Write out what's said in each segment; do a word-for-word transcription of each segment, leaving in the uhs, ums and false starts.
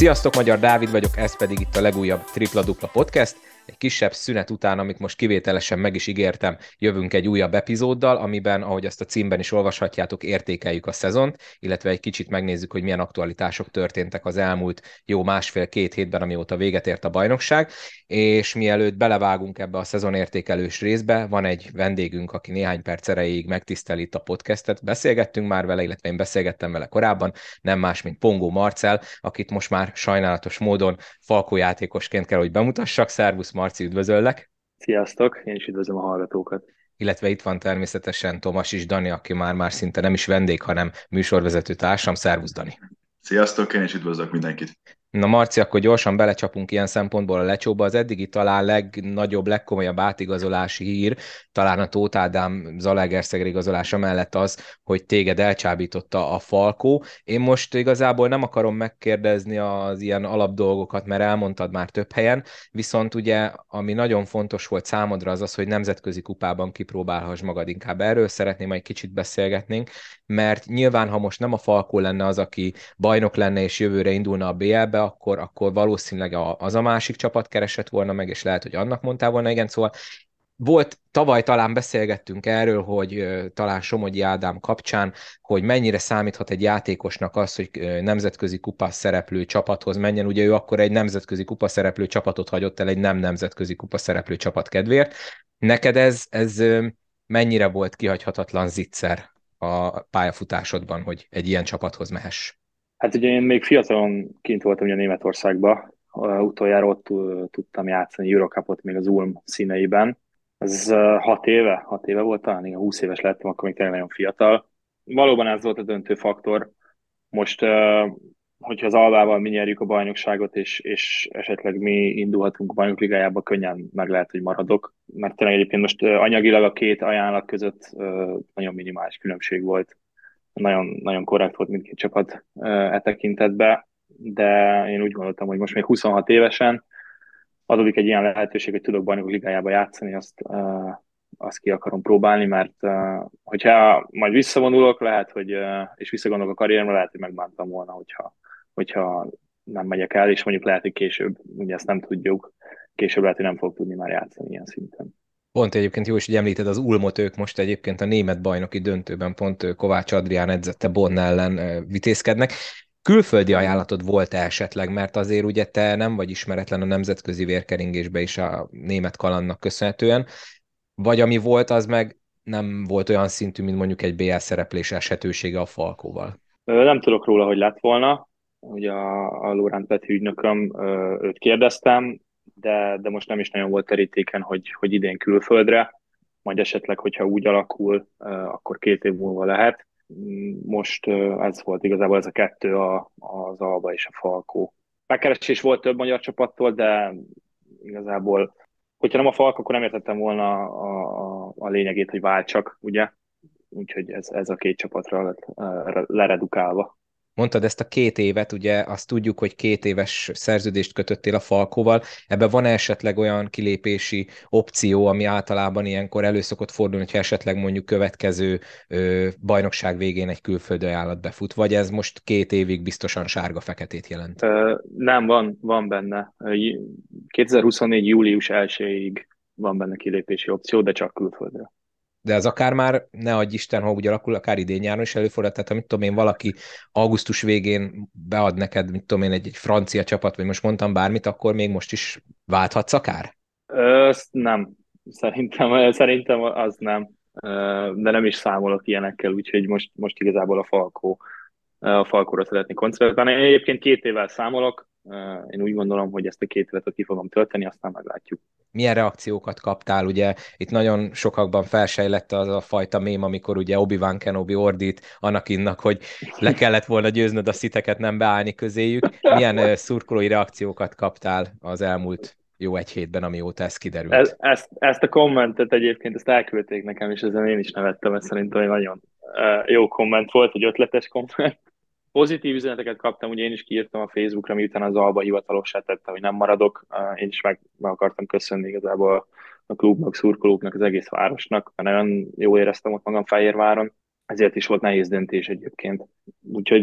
Sziasztok, Magyar Dávid vagyok, ez pedig itt a legújabb Tripla-Dupla Podcast. Egy kisebb szünet után, amit most kivételesen meg is ígértem, jövünk egy újabb epizóddal, amiben, ahogy azt a címben is olvashatjátok, értékeljük a szezont, illetve egy kicsit megnézzük, hogy milyen aktualitások történtek az elmúlt jó másfél-két hétben, amióta véget ért a bajnokság. És mielőtt belevágunk ebbe a szezonértékelős részbe, van egy vendégünk, aki néhány perc erejéig megtisztel itt a podcastet. Beszélgettünk már vele, illetve én beszélgettem vele korábban, nem más, mint Pongó Marcell, akit most már sajnálatos módon Falkó játékosként kell, hogy bemutassak. Szervusz Marci, üdvözöllek! Sziasztok, én is üdvözlöm a hallgatókat. Illetve itt van természetesen Tomas is, Dani, aki már már szinte nem is vendég, hanem műsorvezető társam. Szervusz, Dani! Sziasztok, én is üdvözlök mindenkit! Na Marci, akkor gyorsan belecsapunk ilyen szempontból a lecsóba. Az eddigi talán legnagyobb, legkomolyabb átigazolási hír, talán a Tóth Ádám Zalaegerszegre igazolása mellett az, hogy téged elcsábította a Falkó. Én most igazából nem akarom megkérdezni az ilyen alapdolgokat, mert elmondtad már több helyen, viszont ugye, ami nagyon fontos volt számodra, az az, hogy nemzetközi kupában kipróbálhass magad. Inkább erről szeretném, majd kicsit beszélgetnénk, mert nyilván, ha most nem a Falkó lenne az, aki bajnok lenne és jövőre indulna a bé el-be, akkor, akkor valószínűleg az a másik csapat keresett volna meg, és lehet, hogy annak mondtál volna, igen, szóval volt, tavaly talán beszélgettünk erről, hogy uh, talán Somogyi Ádám kapcsán, hogy mennyire számíthat egy játékosnak az, hogy uh, nemzetközi kupa szereplő csapathoz menjen. Ugye ő akkor egy nemzetközi kupa szereplő csapatot hagyott el egy nem nemzetközi kupa szereplő csapat kedvéért. Neked ez, ez uh, mennyire volt kihagyhatatlan zicser a pályafutásodban, hogy egy ilyen csapathoz mehess? Hát ugye én még fiatalon kint voltam ugye Németországban, Uh, utoljára ott uh, tudtam játszani Eurocupot még az Ulm színeiben. Ez uh, hat éve, hat éve volt talán, igen, húsz éves lettem, akkor még tényleg nagyon fiatal. Valóban ez volt a döntő faktor. Most, uh, hogyha az Albával mi nyerjük a bajnokságot, és, és esetleg mi indulhatunk a bajnok ligájába, könnyen meg lehet, hogy maradok. Mert tényleg egyébként most uh, anyagilag a két ajánlat között uh, nagyon minimális különbség volt. Nagyon, nagyon korrekt volt mindkét csapat e tekintetben, de én úgy gondoltam, hogy most még huszonhat évesen adódik egy ilyen lehetőség, hogy tudok bajnokok ligájába játszani, azt, azt ki akarom próbálni, mert hogyha majd visszavonulok, lehet, hogy, és visszagondolok a karrieremre, lehet, hogy megbántam volna, hogyha, hogyha nem megyek el, és mondjuk lehet, hogy később, ugye ezt nem tudjuk, később lehet, hogy nem fog tudni már játszani ilyen szinten. Pont egyébként jó is, hogy említed az Ulmot, ők most egyébként a német bajnoki döntőben pont Kovács Adrián edzette Bonn ellen vitézkednek. Külföldi ajánlatod volt esetleg, mert azért ugye te nem vagy ismeretlen a nemzetközi vérkeringésbe is a német kalandnak köszönhetően, vagy ami volt, az meg nem volt olyan szintű, mint mondjuk egy bé el szereplés esetősége a Falkóval? Nem tudok róla, hogy lett volna. Ugye a, a Lóránt Peti ügynököm, őt kérdeztem, de, de most nem is nagyon volt terítéken, hogy, hogy idén külföldre, majd esetleg, hogyha úgy alakul, akkor két év múlva lehet. Most ez volt igazából ez a kettő, a, az Alba és a Falkó. Megkeresés volt több magyar csapattól, de igazából, hogyha nem a Falkó, akkor nem értettem volna a, a, a lényegét, hogy váltsak, ugye? Úgyhogy ez, ez a két csapatra lett leredukálva. Mondtad ezt a két évet, ugye azt tudjuk, hogy két éves szerződést kötöttél a Falkóval. Ebben van esetleg olyan kilépési opció, ami általában ilyenkor elő szokott fordulni, hogyha esetleg mondjuk következő ö, bajnokság végén egy külföldi ajánlat befut, vagy ez most két évig biztosan sárga-feketét jelent? Ö, nem, van, van benne. kétezer-huszonnégy. július elsejéig van benne kilépési opció, de csak külföldre. De ez akár már, ne adj Isten, ha úgy alakul, akár idén nyáron is előfordul, tehát mit tudom én, valaki augusztus végén bead neked, mit tudom én, egy, egy francia csapat, vagy most mondtam bármit, akkor még most is válthatsz akár? Ö, nem. Szerintem, szerintem az nem. Ö, de nem is számolok ilyenekkel, úgyhogy most, most igazából a Falkó, a Falkóra szeretnék koncentrálni. Én egyébként két évvel számolok. Én úgy gondolom, hogy ezt a két évet ki fogom tölteni, aztán meglátjuk. Milyen reakciókat kaptál? Ugye itt nagyon sokakban felsejlett az a fajta mém, amikor ugye Obi-Wan Kenobi ordít Anakinnak, hogy le kellett volna győznöd a sziteket nem beállni közéjük. Milyen uh, szurkolói reakciókat kaptál az elmúlt jó egy hétben, amióta ez kiderült? Ez, ezt, ezt a kommentet egyébként ezt elküldték nekem, és ezen én is nevettem, ez szerintem egy nagyon uh, jó komment volt, egy ötletes komment. Pozitív üzeneteket kaptam, ugye én is kiírtam a Facebookra, miután az Alba hivatalossá tette, hogy nem maradok. Én is meg, meg akartam köszönni igazából a klubnak, szurkolóknak, az egész városnak, mert nagyon jól éreztem ott magam Fehérváron, ezért is volt nehéz döntés egyébként. Úgyhogy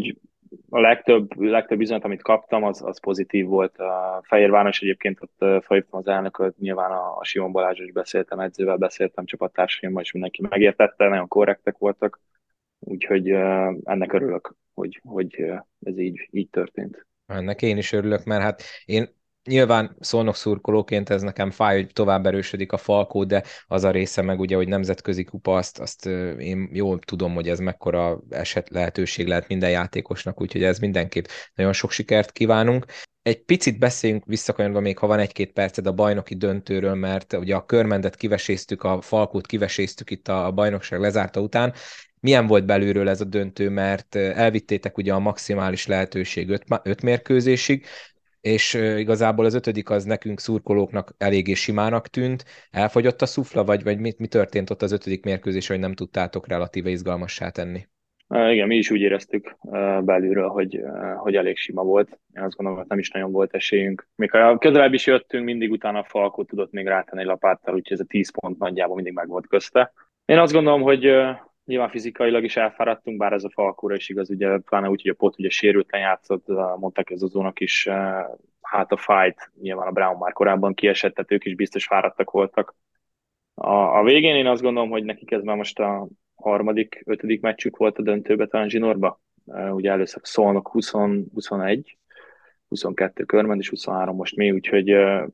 a legtöbb, legtöbb üzenet, amit kaptam, az, az pozitív volt. A Fehérváron is egyébként ott felhívtam az elnököt, nyilván a, a Simon Balázsról is beszéltem, edzővel beszéltem, csapattársaimmal, és mindenki megértette, nagyon korrektek voltak, úgyhogy ennek örülök, hogy, hogy ez így, így történt. Ennek én is örülök, mert hát én nyilván Szolnok szurkolóként ez nekem fáj, hogy tovább erősödik a Falkó, de az a része meg ugye, hogy nemzetközi kupa, azt, azt én jól tudom, hogy ez mekkora eset lehetőség lehet minden játékosnak, úgyhogy ez mindenképp nagyon sok sikert kívánunk. Egy picit beszéljünk visszakanyarodva még, ha van egy-két perced a bajnoki döntőről, mert ugye a Körmendet kiveséztük, a Falkót kiveséztük itt a bajnokság lezárta után. Milyen volt belülről ez a döntő, mert elvittétek ugye a maximális lehetőség öt, öt mérkőzésig, és igazából az ötödik az nekünk szurkolóknak eléggé simának tűnt. Elfogyott a szufla, vagy, vagy mi, mi történt ott az ötödik mérkőzés, hogy nem tudtátok relatíve izgalmassá tenni? Igen, mi is úgy éreztük belülről, hogy, hogy elég sima volt. Én azt gondolom, hogy nem is nagyon volt esélyünk. Még ha közelebb is jöttünk, mindig utána a Falkó tudott még rátenni egy lapáttal, úgyhogy ez a tíz pont nagyjából mindig meg volt közte. Én azt gondolom, hogy nyilván fizikailag is elfáradtunk, bár ez a Falkóra is igaz, ugye pláne úgy, hogy a Pot ugye sérülten játszott, mondták ez azónak is, hát a fight, nyilván a Brown már korábban kiesett, tehát ők is biztos fáradtak voltak. A, a végén én azt gondolom, hogy nekik ez már most a harmadik, ötödik meccsük volt a döntőbe, talán zsinórba. Ugye először Szolnok húsz, huszonegy, huszonkettő Körmend és huszonhárom most mi, úgyhogy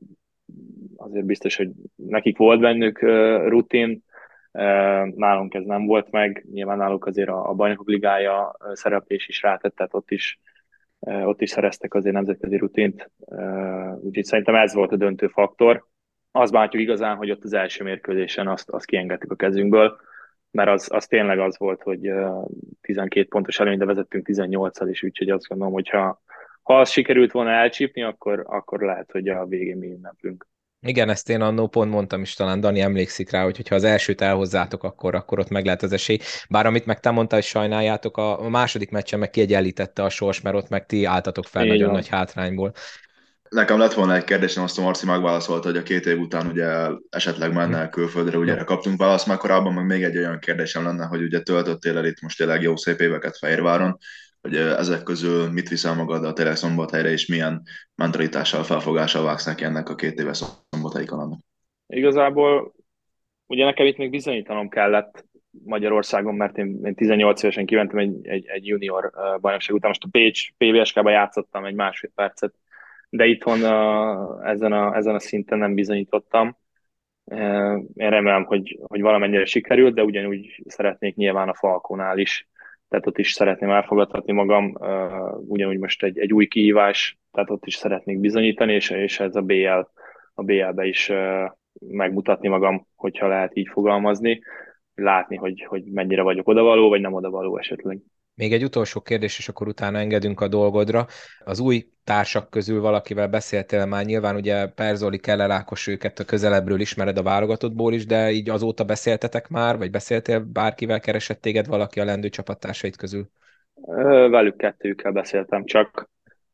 azért biztos, hogy nekik volt bennük rutin, nálunk ez nem volt meg, nyilván náluk azért a, a Bajnokok Ligája szereplés is rátett, tehát ott is, ott is szereztek azért nemzetközi rutint, úgyhogy szerintem ez volt a döntő faktor. Azt bántjuk igazán, hogy ott az első mérkőzésen azt, azt kiengedtük a kezünkből, mert az, az tényleg az volt, hogy tizenkét pontos előnyre vezettünk tizennyolccal is, úgyhogy azt gondolom, hogy ha, ha az sikerült volna elcsípni, akkor, akkor lehet, hogy a végén mi ünneplünk. Igen, ezt én annó pont mondtam is, talán Dani emlékszik rá, hogy ha az elsőt elhozzátok, akkor, akkor ott meg lehet az esély. Bár amit meg te mondtál, hogy sajnáljátok, a második meccsen meg kiegyenlítette a sors, mert ott meg ti álltatok fel Én nagyon van. Nagy hátrányból. Nekem lett volna egy kérdésem, azt a Marci megválaszolta, hogy a két év után ugye esetleg menne el külföldre, ugye kaptunk választ már korábban, meg még egy olyan kérdésem lenne, hogy ugye töltöttél el itt most tényleg jó szép éveket Fehérváron, hogy ezek közül mit viszel magaddal tényleg Szombathelyre, és milyen mentalitással, felfogással vágsz neki ennek a két éves Szombathelyi kalandnak? Igazából ugye nekem itt még bizonyítanom kellett Magyarországon, mert én, én tizennyolc évesen kimentem egy, egy, egy junior bajnokság után, most a Pécs pé vé es ká-ban játszottam egy másfél percet, de itthon uh, ezen, a, ezen a szinten nem bizonyítottam. Uh, én remélem, hogy, hogy valamennyire sikerült, de ugyanúgy szeretnék nyilván a Falkónál is, tehát ott is szeretném elfogadhatni magam, uh, ugyanúgy most egy, egy új kihívás, tehát ott is szeretnék bizonyítani, és, és ez a bé el, a bé el-be is uh, megmutatni magam, hogyha lehet így fogalmazni, látni, hogy, hogy mennyire vagyok odavaló, vagy nem odavaló esetleg. Még egy utolsó kérdés, és akkor utána engedünk a dolgodra. Az új társak közül valakivel beszéltél már, nyilván ugye Perzoli, Keller Ákos, őket a közelebbről ismered a válogatottból is, de így azóta beszéltetek már, vagy beszéltél bárkivel, keresett téged valaki a lendő csapattársait közül? Velük kettőkkel beszéltem csak,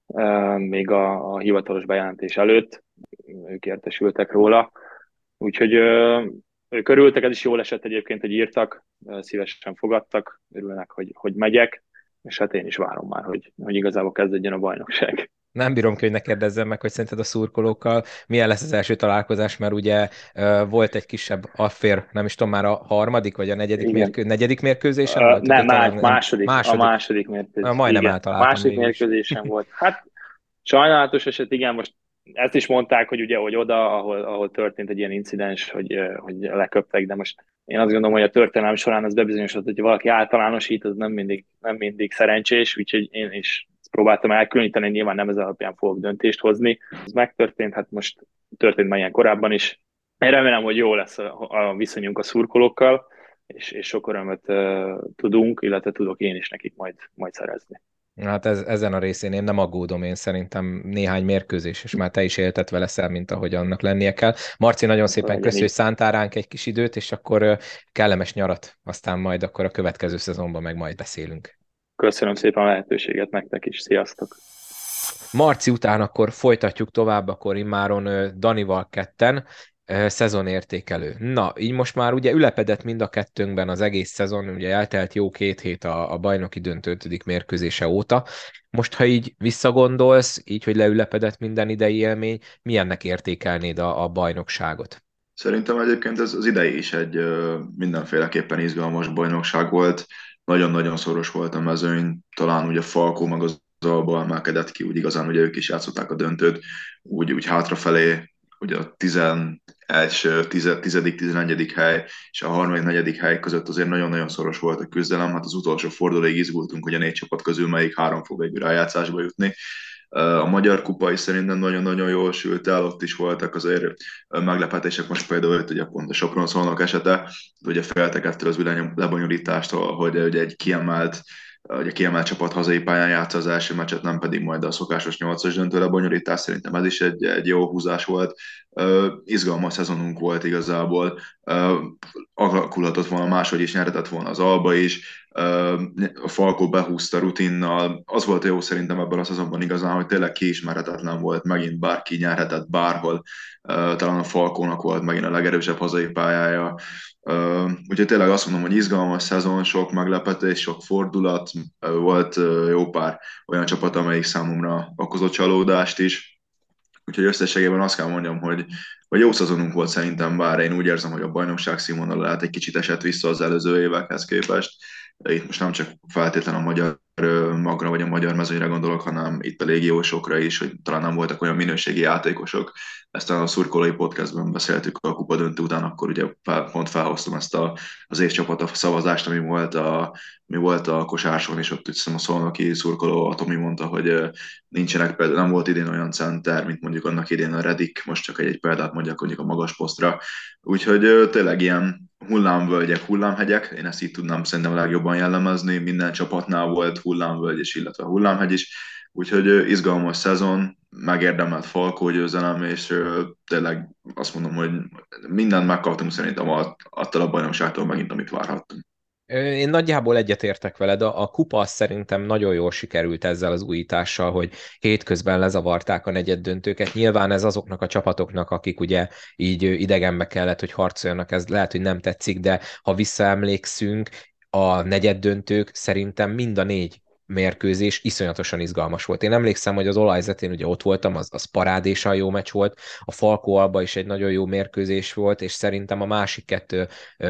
még a, a hivatalos bejelentés előtt, ők értesültek róla, úgyhogy ők örültek, ez is jól esett egyébként, hogy írtak, szívesen fogadtak, örülnek, hogy, hogy megyek, és hát én is várom már, hogy, hogy igazából kezdődjön a bajnokság. Nem bírom ki, hogy ne kérdezzem meg, hogy szerinted a szurkolókkal milyen lesz az első találkozás, mert ugye uh, volt egy kisebb affér, nem is tudom, már a harmadik vagy a negyedik, mérkő, negyedik mérkőzésen uh, volt? Nem, talán, második, második, a második mérkőzés. Uh, majdnem igen, eltaláltam. Második mérkőzésen volt. Hát sajnálatos eset, igen, most ezt is mondták, hogy ugye, hogy oda, ahol, ahol történt egy ilyen incidens, hogy, hogy leköptek, de most én azt gondolom, hogy a történelem során az bebizonyosodott, hogy valaki általánosít, az nem mindig, nem mindig szerencsés, úgyhogy én is próbáltam elkülöníteni, nyilván nem ez alapján fogok döntést hozni. Ez megtörtént, hát most történt már ilyen korábban is. Én remélem, hogy jó lesz a, a viszonyunk a szurkolókkal, és, és sok örömöt uh, tudunk, illetve tudok én is nekik majd, majd szerezni. Hát ez, ezen a részén én nem aggódom, én szerintem néhány mérkőzés, és már te is éltetve leszel, mint ahogy annak lennie kell. Marci, nagyon szépen köszi, hogy szántál ránk egy kis időt, és akkor kellemes nyarat, aztán majd akkor a következő szezonban meg majd beszélünk. Köszönöm szépen a lehetőséget nektek is, sziasztok! Marci után akkor folytatjuk tovább, akkor immáron Danival ketten, Szezonértékelő. Na, így most már ugye ülepedett mind a kettőnkben az egész szezon, ugye eltelt jó két hét a, a bajnoki döntő ötödik mérkőzése óta. Most, ha így visszagondolsz, így, hogy leülepedett minden idei élmény, milyennek értékelnéd a, a bajnokságot? Szerintem egyébként ez az idei is egy ö, mindenféleképpen izgalmas bajnokság volt. Nagyon-nagyon szoros volt a mezőny, talán ugye Falkó meg az Alba emelkedett ki, úgy igazán ugye ők is játszották a döntőt, úgy, úgy hátrafelé, ugye a tizenegy, tizedik, tizenegyedik hely és a harmadik, negyedik hely között azért nagyon-nagyon szoros volt a küzdelem, hát az utolsó fordulóig izgultunk, hogy a négy csapat közül melyik három fog végül rájátszásba jutni. A Magyar Kupa is szerintem nagyon-nagyon jól sült el, ott is voltak azért meglepetések, most például itt ugye pont a Sopron-Szolnok esete, ugye féltek ettől az lebonyolítástól, hogy ugye egy kiemelt hogy a kiemelt csapat hazai pályán játsza az első meccset, nem pedig majd a szokásos nyolcas döntő lebonyolítás. Szerintem ez is egy, egy jó húzás volt. Uh, izgalmas szezonunk volt igazából. Uh, alakulhatott volna máshogy is, nyerhetett volna az Alba is. Uh, a Falkó behúzta rutinnal. Az volt jó szerintem ebben a szezonban igazán, hogy tényleg kiismerhetetlen volt, megint bárki nyerhetett bárhol. Uh, talán a Falkónak volt megint a legerősebb hazai pályája. Uh, úgyhogy tényleg azt mondom, hogy izgalmas szezon, sok meglepetés, sok fordulat, uh, volt uh, jó pár olyan csapat, amelyik számomra okozott csalódást is. Úgyhogy összességében azt kell mondjam, hogy, hogy jó szezonunk volt szerintem, bár én úgy érzem, hogy a bajnokság színvonala lehet egy kicsit esett vissza az előző évekhez képest. Itt most nem csak feltétlenül a magyar magra vagy a magyar mezőnyre gondolok, hanem itt a légiósokra is, hogy talán nem voltak olyan minőségi játékosok. Ezt a szurkolói podcastben beszéltük a kupa döntő után, akkor ugye pont felhoztam ezt a, az évcsapat a szavazást, ami volt a, mi volt a kosárson, és ott hiszem a szolnoki szurkoló Atomi mondta, hogy nincsenek, például nem volt idén olyan center, mint mondjuk annak idén a Redik, most csak egy, egy példát mondjak mondjuk a magas posztra. Úgyhogy tényleg ilyen hullámvölgyek, hullámhegyek, én ezt így tudnám szerintem legjobban jellemezni, minden csapatnál volt hullámvölgy is, illetve hullámhegy is, úgyhogy izgalmas szezon, megérdemelt Falkó győzelem, és tényleg azt mondom, hogy mindent megkaptunk szerintem attól a bajnokságtól megint, amit várhattunk. Én nagyjából egyetértek veled, a, a kupa az szerintem nagyon jól sikerült ezzel az újítással, hogy hétközben lezavarták a negyeddöntőket. Nyilván ez azoknak a csapatoknak, akik ugye így idegenbe kellett, hogy harcoljanak, ez lehet, hogy nem tetszik, de ha visszaemlékszünk, a negyeddöntők szerintem mind a négy mérkőzés iszonyatosan izgalmas volt. Én emlékszem, hogy az olajzetén ugye ott voltam, az, az parádésan jó meccs volt, a Falkó Alba is egy nagyon jó mérkőzés volt, és szerintem a másik kettő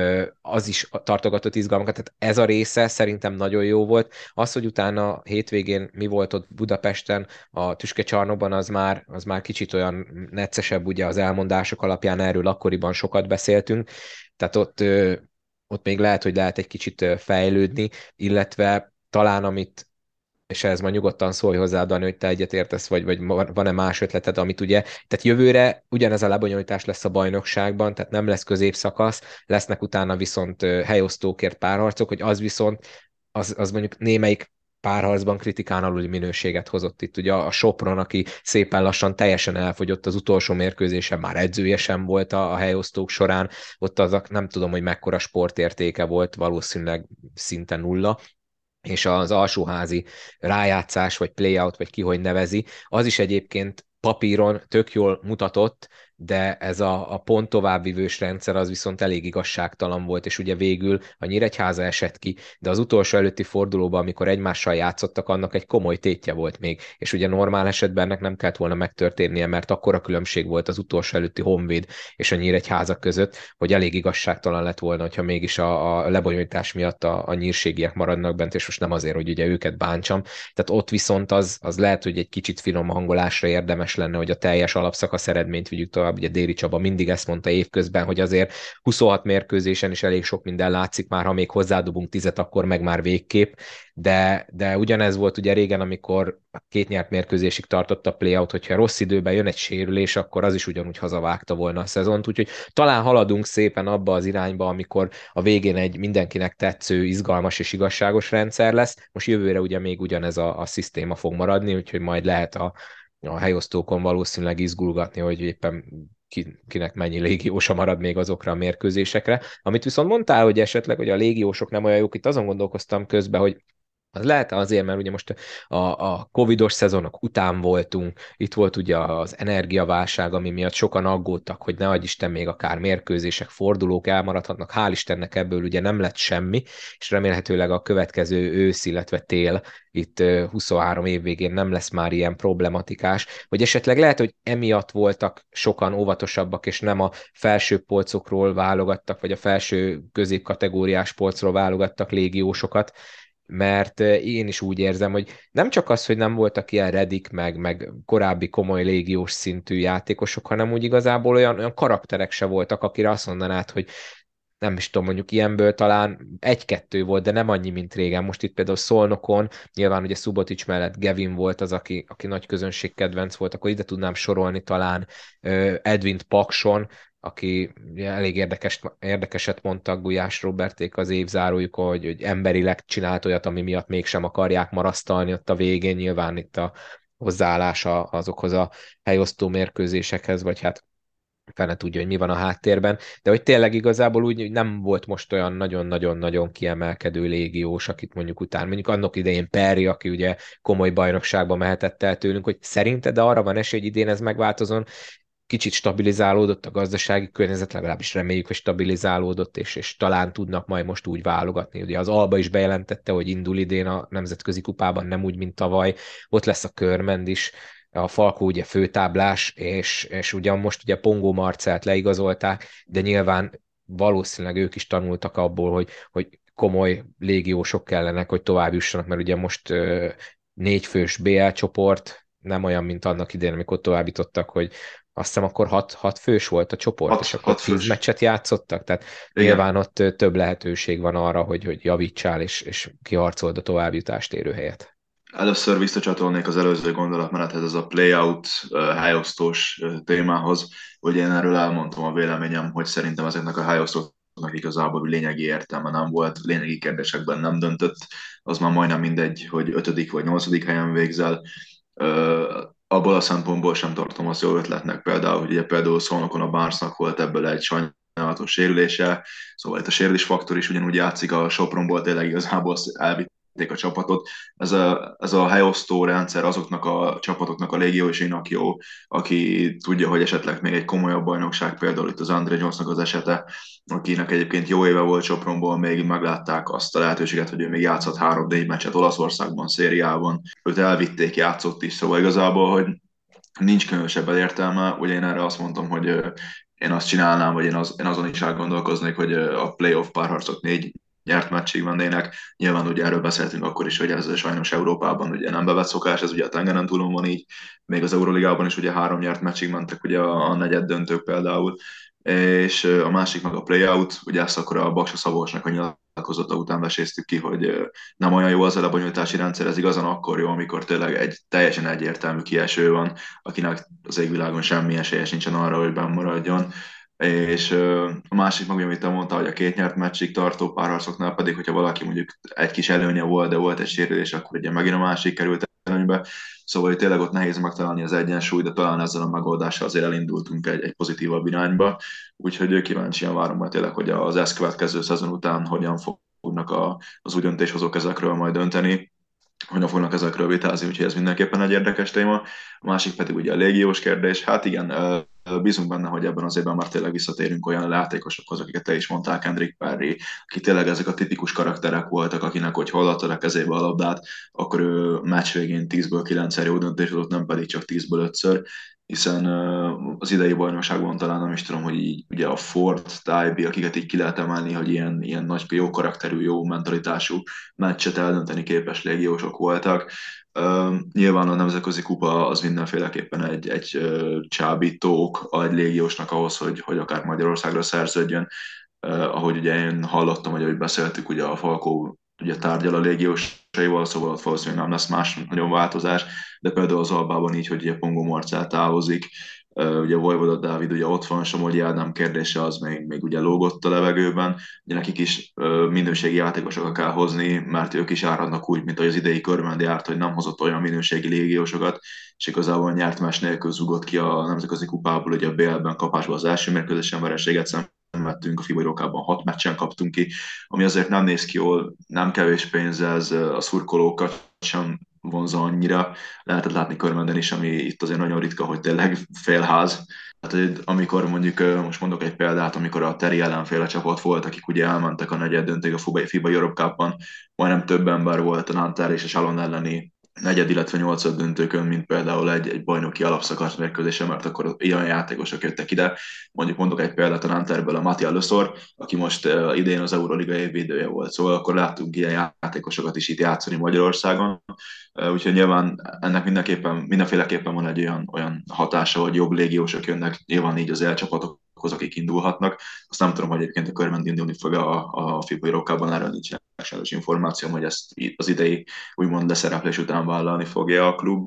az is tartogatott izgalmakat, tehát ez a része szerintem nagyon jó volt. Az, hogy utána hétvégén mi volt ott Budapesten, a Tüskecsarnokban, az már, az már kicsit olyan neccesebb, ugye az elmondások alapján erről akkoriban sokat beszéltünk, tehát ott, ott még lehet, hogy lehet egy kicsit fejlődni, illetve talán amit és ez majd nyugodtan szólj hozzá, Dani, hogy te egyetértesz, vagy, vagy van-e más ötleted, amit ugye, tehát jövőre ugyanez a lebonyolítás lesz a bajnokságban, tehát nem lesz középszakasz, lesznek utána viszont helyosztókért párharcok, hogy az viszont, az, az mondjuk némelyik párharcban kritikán aluli minőséget hozott itt. Ugye a Sopron, aki szépen lassan teljesen elfogyott az utolsó mérkőzésen, már edzője sem volt a, a helyosztók során, ott az nem tudom, hogy mekkora sportértéke volt, valószínűleg szinte nulla, és az alsóházi rájátszás, vagy playout, vagy ki hogy nevezi, az is egyébként papíron tök jól mutatott, de ez a, a pont továbbvivős rendszer az viszont elég igazságtalan volt, és ugye végül a Nyíregyháza esett ki, de az utolsó előtti fordulóban, amikor egymással játszottak, annak egy komoly tétje volt még, és ugye normál esetben ennek nem kellett volna megtörténnie, mert akkora különbség volt az utolsó előtti Honvéd és a Nyíregyháza között, hogy elég igazságtalan lett volna, hogyha mégis a, a lebonyolítás miatt a, a nyírségiek maradnak bent, és most nem azért, hogy ugye őket bántsam. Tehát ott viszont az, az lehet, hogy egy kicsit finom hangolásra érdemes lenne, hogy a teljes alapszakasz eredményt vigyük tovább. Ugye Déri Csaba mindig ezt mondta évközben, hogy azért huszonhat mérkőzésen is elég sok minden látszik, már ha még hozzádobunk tizet, akkor meg már végképp, de, de ugyanez volt ugye régen, amikor a két nyert mérkőzésig tartott a playout, hogyha rossz időben jön egy sérülés, akkor az is ugyanúgy hazavágta volna a szezont, úgyhogy talán haladunk szépen abba az irányba, amikor a végén egy mindenkinek tetsző, izgalmas és igazságos rendszer lesz. Most jövőre ugye még ugyanez a, a szisztéma fog maradni, úgyhogy majd lehet a a helyosztókon valószínűleg izgulgatni, hogy éppen ki, kinek mennyi légiósa marad még azokra a mérkőzésekre. Amit viszont mondtál, hogy esetleg hogy a légiósok nem olyan jók, itt azon gondolkoztam közben, hogy Az lehet azért, mert ugye most a, a covidos szezonok után voltunk, itt volt ugye az energiaválság, ami miatt sokan aggódtak, hogy ne adj Isten, még akár mérkőzések, fordulók elmaradhatnak. Hál' Istennek ebből ugye nem lett semmi, és remélhetőleg a következő ősz, illetve tél, itt huszonhárom év végén nem lesz már ilyen problematikás, vagy esetleg lehet, hogy emiatt voltak sokan óvatosabbak, és nem a felső polcokról válogattak, vagy a felső középkategóriás polcról válogattak légiósokat, mert én is úgy érzem, hogy nem csak az, hogy nem voltak ilyen Redik, meg, meg korábbi komoly légiós szintű játékosok, hanem úgy igazából olyan, olyan karakterek se voltak, akire azt mondanád, hogy nem is tudom, mondjuk ilyenből talán egy-kettő volt, de nem annyi, mint régen. Most itt például Szolnokon, nyilván ugye Subotics mellett Gavin volt az, aki, aki nagy közönség kedvenc volt, akkor ide tudnám sorolni talán Edwint Pakson, aki ugye elég érdekes, érdekeset mondtak Gulyás Roberték az évzárójuk, hogy, hogy emberileg csinált olyat, ami miatt mégsem akarják marasztalni ott a végén, nyilván itt a hozzáállása azokhoz a helyosztó mérkőzésekhez, vagy hát fene tudja, hogy mi van a háttérben, de hogy tényleg igazából úgy hogy nem volt most olyan nagyon-nagyon-nagyon kiemelkedő légiós, akit mondjuk után, mondjuk annak idején Perry, aki ugye komoly bajnokságba mehetett el tőlünk, hogy szerinted de arra van esély, hogy idén ez megváltozon, kicsit stabilizálódott a gazdasági környezet, legalábbis reméljük, hogy stabilizálódott, és, és talán tudnak majd most úgy válogatni. Ugye az Alba is bejelentette, hogy indul idén a nemzetközi kupában, nem úgy, mint tavaly. Ott lesz a Körmend is, a Falkó ugye főtáblás, és, és ugyan most ugye Pongó Marcelt leigazolták, de nyilván valószínűleg ők is tanultak abból, hogy, hogy komoly légiósok kellenek, hogy tovább jussanak, mert ugye most ö, négyfős bé el csoport, nem olyan, mint annak idején, amikor továbbítottak, hogy azt hiszem akkor hat, hat fős volt a csoport, Hat, és akkor hat tíz fős. meccset játszottak, tehát Igen. nyilván ott több lehetőség van arra, hogy, hogy javítsál, és, és kiharcold a továbbjutást érő helyet. Először visszacsatolnék az előző gondolatmenethez, ez a playout helyosztós témához, hogy én erről elmondtam a véleményem, hogy szerintem ezeknek a helyosztóknak igazából lényegi értelme nem volt, lényegi kérdésekben nem döntött, az már majdnem mindegy, hogy ötödik vagy nyolcadik helyen végzel. Abból a szempontból sem tartom azt jó ötletnek például, hogy ugye például Szolnokon a Barnesnak volt ebből egy sajnálatos sérülése, szóval itt a sérülés faktor is ugyanúgy játszik, a Sopronból tényleg igazából elvitt a csapatot. Ez a, ez a helyosztó rendszer azoknak a csapatoknak a légiósainak jó, aki tudja, hogy esetleg még egy komolyabb bajnokság, például itt az André Jonesnak az esete, akinek egyébként jó éve volt Sopronból, még meglátták azt a lehetőséget, hogy ő még játszott három-négy meccset Olaszországban, szériában. Őt elvitték, játszott is, szóval igazából, hogy nincs különösebben értelme. Ugye én erre azt mondtam, hogy én azt csinálnám, vagy én, az, én azon is elgondolkoznék, hogy a playoff párharcok négy nyert meccsig mennének. Nyilván ugye erről beszéltünk akkor is, hogy ez sajnos Európában ugye nem bevett szokás, ez ugye a tengeren túlon van így, még az Euroligában is ugye három nyert meccsig mentek ugye a, a negyed döntők például, és a másik meg a playout, ugye ezt akkor a Baksa Szabolcsnak a nyilatkozata után veséztük ki, hogy nem olyan jó az a lebonyolítási rendszer, ez igazán akkor jó, amikor tényleg egy teljesen egyértelmű kieső van, akinek az égvilágon semmi esélye sincsen arra, hogy benn maradjon. És a másik meg, amit te mondta, hogy a két nyert meccsig tartó párharcoknál pedig, hogyha valaki mondjuk egy kis előnye volt, de volt egy sérülés, akkor ugye megint a másik került előnybe. Szóval hogy tényleg ott nehéz megtalálni az egyensúlyt, de talán ezzel a megoldással azért elindultunk egy, egy pozitívabb irányba. Úgyhogy kíváncsian várom majd tényleg, hogy az ezt következő szezon után hogyan fognak a, az új döntéshozók ezekről majd dönteni, hogyan fognak ezekről vitázni, úgyhogy ez mindenképpen egy érdekes téma. A másik pedig ugye a légiós kérdés. Hát igen, bízunk benne, hogy ebben az évben már tényleg visszatérünk olyan játékosokhoz, akiket te is mondtál, Kendrick Perry, akik tényleg ezek a tipikus karakterek voltak, akinek, hogy hol adtad a kezébe a labdát, akkor ő meccs végén tízből kilencszer jó döntés adott, nem pedig csak tízből ötször, hiszen az idei bajnokságban talán nem is tudom, hogy így ugye a Ford, Tybee, akiket így ki lehet emelni, hogy ilyen, ilyen nagy, jó karakterű, jó mentalitású meccset eldönteni képes légiósok voltak. Uh, nyilván a nemzetközi kupa az mindenféleképpen egy, egy uh, csábítók egy légiósnak ahhoz, hogy, hogy akár Magyarországra szerződjön. Uh, ahogy ugye én hallottam, hogy ahogy beszéltük, ugye a Falkó ugye tárgyal a légiósaival, szóval ott valószínűleg nem lesz más nagyon változás, de például az Albában így, hogy ugye Pongó Marcel távozik, uh, ugye Vojvoda Dávid ugye ott van, Somogyi Ádám kérdése az még, még ugye lógott a levegőben, ugye nekik is uh, minőségi játékosokat kell hozni, mert ők is áradnak úgy, mint ahogy az idei Körmend járt, hogy nem hozott olyan minőségi légiósokat, és igazából nyert meccs nélkül zugott ki a nemzetközi kupából, ugye a bé el-ben kapásban az első mérkőzésen vereséget szenvedtünk, a FIBA Európában hat meccsen kaptunk ki, ami azért nem néz ki jól, nem kevés pénz, ez a szurkolókat sem vonza annyira. Lehetett látni Körmenden is, ami itt azért nagyon ritka, hogy tényleg félház. Tehát, amikor mondjuk, most mondok egy példát, amikor a Teri ellenféle csapat volt, akik ugye elmentek a negyed döntőig a FIBA Europe Cup-ban, majdnem több ember volt a Nanterre és a Chalon elleni negyed, illetve nyolcad döntőkön, mint például egy, egy bajnoki alapszakasz mérkőzésen, mert akkor ilyen játékosok jöttek ide. Mondjuk mondok egy példát a Nanterből, a Mattia Löszor, aki most uh, idén az Euroliga évvédője volt. Szóval akkor láttunk ilyen játékosokat is itt játszani Magyarországon. Uh, úgyhogy nyilván ennek mindenképpen, mindenféleképpen van egy olyan, olyan hatása, hogy jobb légiósok jönnek, nyilván így az elcsapatok, akik indulhatnak. Azt nem tudom, hogy egyébként a Körmend indulni fog a, a FIBA Európában, erről nincs sajnos információm, hogy ezt az idei úgymond leszereplés után vállalni fogja a klub.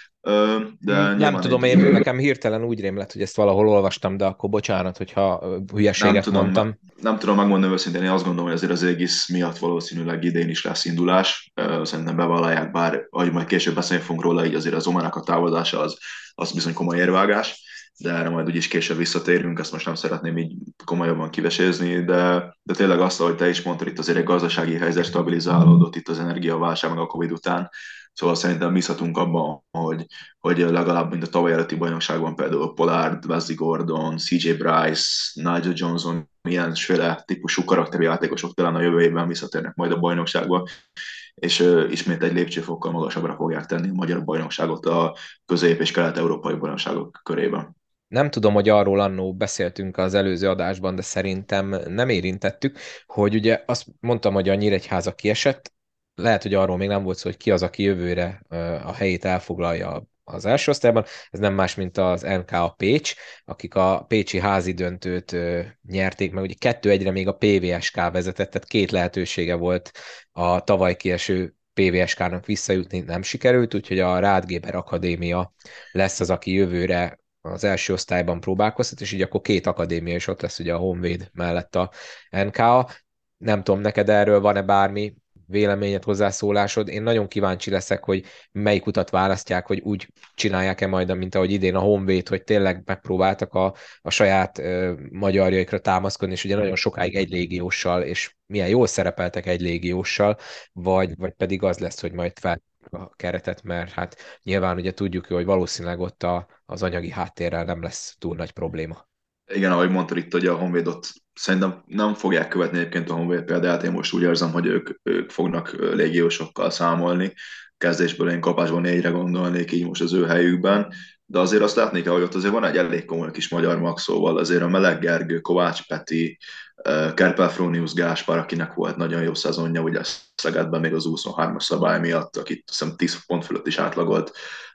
De nem tudom, egy... én nekem hirtelen úgy rém lett, hogy ezt valahol olvastam, de akkor bocsánat, hogyha hülyeséget nem tudom, mondtam. Nem, nem tudom megmondani őszintén, én azt gondolom, hogy azért az Égis miatt valószínűleg idén is lesz indulás. Szerintem bevallják, bár ahogy majd később beszélni fogunk róla, így azért az Omának a távozása az, az bizony komoly érvágás, de erre majd úgyis később visszatérünk, ezt most nem szeretném így komolyabban kivesézni, de, de tényleg azt, ahogy te is mondtad, itt azért egy gazdasági helyzet stabilizálódott itt az energiaválság meg a Covid után, szóval szerintem bízhatunk abban, hogy, hogy legalább mint a tavaly előtti bajnokságban például Pollard, Wesley Gordon, cé jé Bryce, Nigel Johnson, ilyensféle típusú karakterű játékosok talán a jövő évben visszatérnek majd a bajnokságba, és uh, ismét egy lépcsőfokkal magasabbra fogják tenni a magyar bajnokságot a közép- és kelet-európai bajnokságok körében. Nem tudom, hogy arról annó beszéltünk az előző adásban, de szerintem nem érintettük, hogy ugye azt mondtam, hogy a Nyíregyháza kiesett, lehet, hogy arról még nem volt szó, hogy ki az, aki jövőre a helyét elfoglalja az első osztályban. Ez nem más, mint az en ká á Pécs, akik a pécsi házi döntőt nyerték meg. Ugye kettő egyre még a pé vé es ká vezetett, tehát két lehetősége volt a tavaly kieső pé vé es ká-nak visszajutni, nem sikerült, úgyhogy a Rád Géber Akadémia lesz az, aki jövőre az első osztályban próbálkoztat, és így akkor két akadémia is ott lesz, ugye a Honvéd mellett a en ká á. Nem tudom, neked erről van-e bármi véleményed, hozzászólásod? Én nagyon kíváncsi leszek, hogy melyik utat választják, hogy úgy csinálják-e majd, mint ahogy idén a Honvéd, hogy tényleg megpróbáltak a, a saját ö, magyarjaikra támaszkodni, és ugye nagyon sokáig egy légióssal, és milyen jól szerepeltek egy légióssal, vagy, vagy pedig az lesz, hogy majd fel a keretet, mert hát nyilván ugye tudjuk, hogy valószínűleg ott a, az anyagi háttérrel nem lesz túl nagy probléma. Igen, ahogy mondtad itt, hogy a Honvédot szerintem nem fogják követni egyébként a Honvéd példát, én most úgy érzem, hogy ők, ők fognak légiósokkal számolni. Kezdésből én kapásban négyre gondolnék így most az ő helyükben, de azért azt látni kell, hogy ott azért van egy elég komoly kis magyar mag, szóval azért a Meleg Gergő, Kovács Peti, Kerpel Frónius Gáspár, akinek volt nagyon jó szezonja, ugye Szegedben még az huszonhármas szabály miatt, akit azt hiszem tíz pont fölött is átlagolt,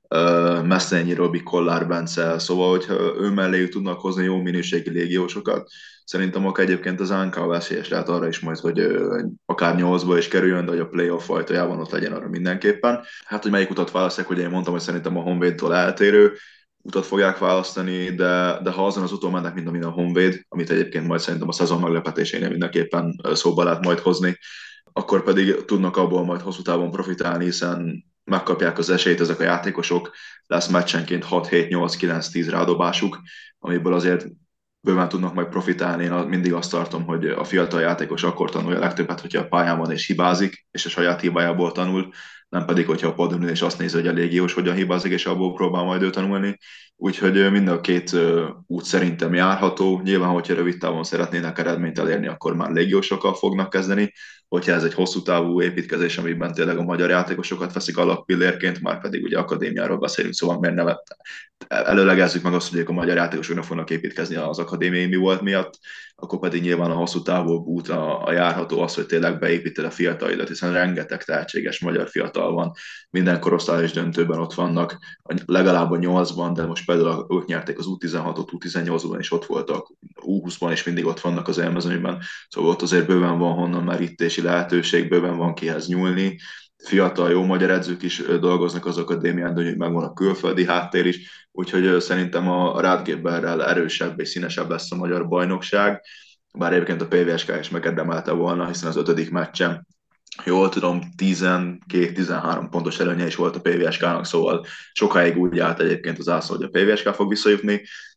Uh, Messzenyi, Robi, Kollár Bence, szóval, hogyha ő mellé tudnak hozni jó minőségi légiósokat, szerintem akkor egyébként az en ká veszélyes lehet arra is majd, hogy uh, akár nyolcba is kerüljön, de hogy a playoff fajtajában ott legyen arra mindenképpen. Hát, hogy melyik utat választják, ugye én mondtam, hogy szerintem a Honvédtól eltérő utat fogják választani, de, de ha azon az úton mennek, mint amilyen a Honvéd, amit egyébként majd szerintem a szezon meglepetésénél mindenképpen szóba lehet majd hozni, akkor pedig tudnak abból majd hosszú távon profitálni, hiszen megkapják az esélyt ezek a játékosok, lesz meccsenként hat hét nyolc kilenc tíz rádobásuk, amiből azért bőven tudnak majd profitálni. Én mindig azt tartom, hogy a fiatal játékos akkor tanulja a legtöbbet, hogyha a pályán van és hibázik, és a saját hibájából tanul, nem pedig, hogyha a padon ül és azt nézi, hogy a légiós hogyan hibázik, és abból próbál majd ő tanulni. Úgyhogy mind a két út szerintem járható. Nyilván, hogyha rövid távon szeretnének eredményt elérni, akkor már légiósokkal fognak kezdeni. Hogyha ez egy hosszú távú építkezés, amiben tényleg a magyar játékosokat veszik alappillérként, már pedig ugye akadémiáról beszélünk, szóval miért nem előlegezzük meg azt, hogy a magyar játékosoknak fognak építkezni az akadémiai mi volt miatt, akkor pedig nyilván a hosszú távú út a, a járható az, hogy tényleg beépíted a fiatalidat, hiszen rengeteg tehetséges magyar fiatal van, minden korosztályos döntőben ott vannak, legalább a nyolcban, de most például ők nyerték az u tizenhatot, u tizennyolcban is ott voltak, u húszban is mindig ott vannak az élmezőnyben, szóval ott azért bőven van honnan merítési lehetőség, bőven van kihez nyúlni, fiatal, jó magyar edzők is dolgoznak az akadémián, de hogy megvan a külföldi háttér is, úgyhogy szerintem a Rád Géberrel erősebb és színesebb lesz a magyar bajnokság, bár egyébként a pé vé es ká is megérdemelte volna, hiszen az ötödik meccsen, jól tudom, tizenkét tizenhárom pontos előnye is volt a pé vé es ká-nak, szóval sokáig úgy állt egyébként az ászló, hogy a pé vé es ká fog visszajutni,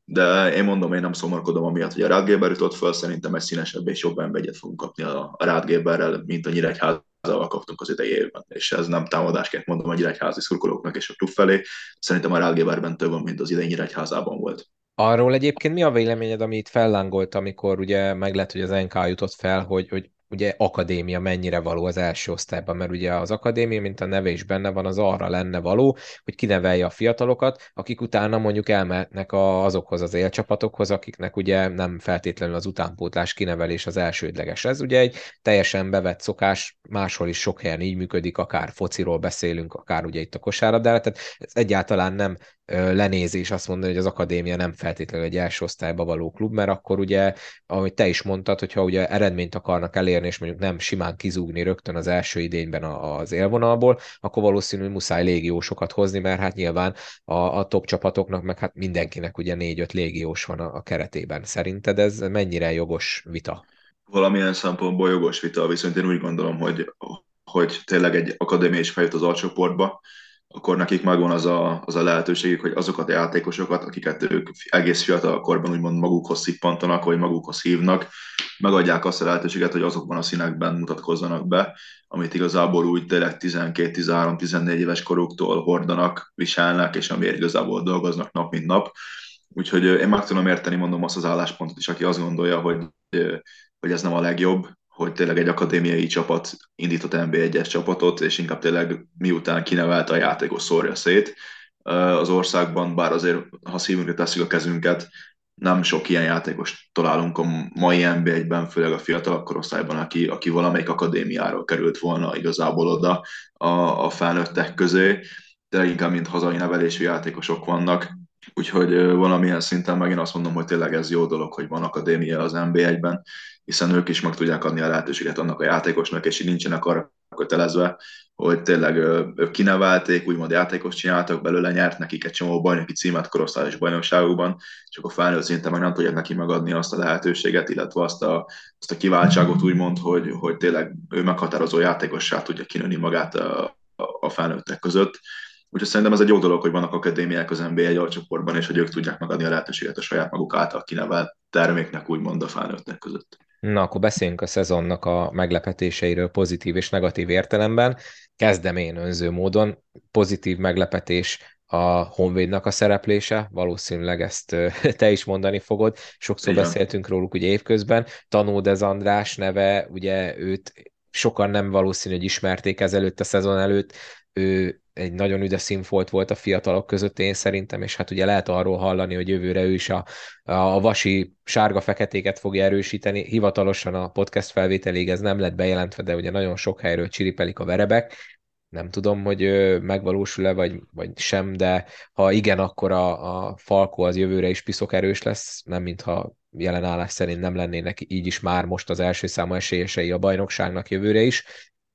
de én mondom, én nem szomorkodom amiatt, hogy a Rádgéber jutott föl, szerintem egy színesebb és jobb en bé egyet fogunk kapni a, a Rádgéberrel, mint a Nyíregyházával kaptunk az idei évben. És ez nem támadásként mondom a nyíregyházi szurkolóknak és a klub felé. Szerintem a Rádgéberben több van, mint az idei Nyíregyházában volt. Arról egyébként mi a véleményed, ami itt fellángolt, amikor ugye meg lett, hogy az en ká jutott fel, hogy, hogy ugye akadémia mennyire való az első osztályban, mert ugye az akadémia, mint a neve is benne van, az arra lenne való, hogy kinevelje a fiatalokat, akik utána mondjuk elmehetnek a, azokhoz az élcsapatokhoz, akiknek ugye nem feltétlenül az utánpótlás kinevelés az elsődleges. Ez ugye egy teljesen bevett szokás, máshol is sok helyen így működik, akár fociról beszélünk, akár ugye itt a kosárlabdára, tehát ez egyáltalán nem lenézés azt mondani, hogy az akadémia nem feltétlenül egy első osztályba való klub, mert akkor ugye, ahogy te is mondtad, hogyha ugye eredményt akarnak elérni, és mondjuk nem simán kizúgni rögtön az első idényben az élvonalból, akkor valószínűleg muszáj légiósokat hozni, mert hát nyilván a, a top csapatoknak, meg hát mindenkinek ugye négy-öt légiós van a, a keretében. Szerinted ez mennyire jogos vita? Valamilyen szempontból jogos vita, viszont én úgy gondolom, hogy, hogy tényleg egy akadémia is feljut az alcsoportba, akkor nekik megvan az a, az a lehetőségük, hogy azokat a játékosokat, akiket ők egész fiatal korban úgymond magukhoz szippantanak, vagy magukhoz hívnak, megadják azt a lehetőséget, hogy azokban a színekben mutatkozzanak be, amit igazából úgy tényleg tizenkét, tizenhárom, tizennégy éves koruktól hordanak, viselnek, és amiért igazából dolgoznak nap mint nap. Úgyhogy én meg tudom érteni, mondom azt az álláspontot is, aki azt gondolja, hogy, hogy ez nem a legjobb, hogy tényleg egy akadémiai csapat indított en bé egyes csapatot, és inkább tényleg miután kinevelte a játékos szórja szét az országban, bár azért, ha szívünkre tesszük a kezünket, nem sok ilyen játékos találunk a mai en bé egyben, főleg a fiatal korosztályban, aki, aki valamelyik akadémiáról került volna igazából oda a, a felnőttek közé, de inkább mint hazai nevelésű játékosok vannak, úgyhogy valamilyen szinten megint azt mondom, hogy tényleg ez jó dolog, hogy van akadémia az en bé egyben, hiszen ők is meg tudják adni a lehetőséget annak a játékosnak, és így nincsenek arra kötelezve, hogy tényleg ők kinevelték, úgymond játékos csináltak belőle, nyert nekik egy csomó bajnoki címet korosztályos bajnokságokban, csak a felnőtt szinten meg nem tudják neki megadni azt a lehetőséget, illetve azt a, azt a kiváltságot úgymond, hogy, hogy tényleg ő meghatározó játékossá tudja kinőni magát a, a, a felnőttek között. Úgyhogy szerintem ez egy jó dolog, hogy vannak akadémiák az en bé egy alcsoportban, és hogy ők tudják megadni a lehetőséget a saját maguk által kinevelt terméknek, úgymond a felnőttek között. Na, akkor beszéljünk a szezonnak a meglepetéseiről pozitív és negatív értelemben. Kezdem én önző módon. Pozitív meglepetés a Honvédnak a szereplése, valószínűleg ezt te is mondani fogod. Sokszor Igen. beszéltünk róluk ugye évközben. Tanódez András neve, ugye őt sokan nem valószínű, hogy ismerték ezelőtt a szezon előtt. Ő egy nagyon üdes színfolt volt a fiatalok között, én szerintem, és hát ugye lehet arról hallani, hogy jövőre ő is a, a vasi sárga-feketéket fogja erősíteni. Hivatalosan a podcast felvételig ez nem lett bejelentve, de ugye nagyon sok helyről csiripelik a verebek. Nem tudom, hogy megvalósul-e, vagy, vagy sem, de ha igen, akkor a, a Falko az jövőre is piszok erős lesz, nem mintha jelen állás szerint nem lennének így is már most az első számú esélyesei a bajnokságnak jövőre is,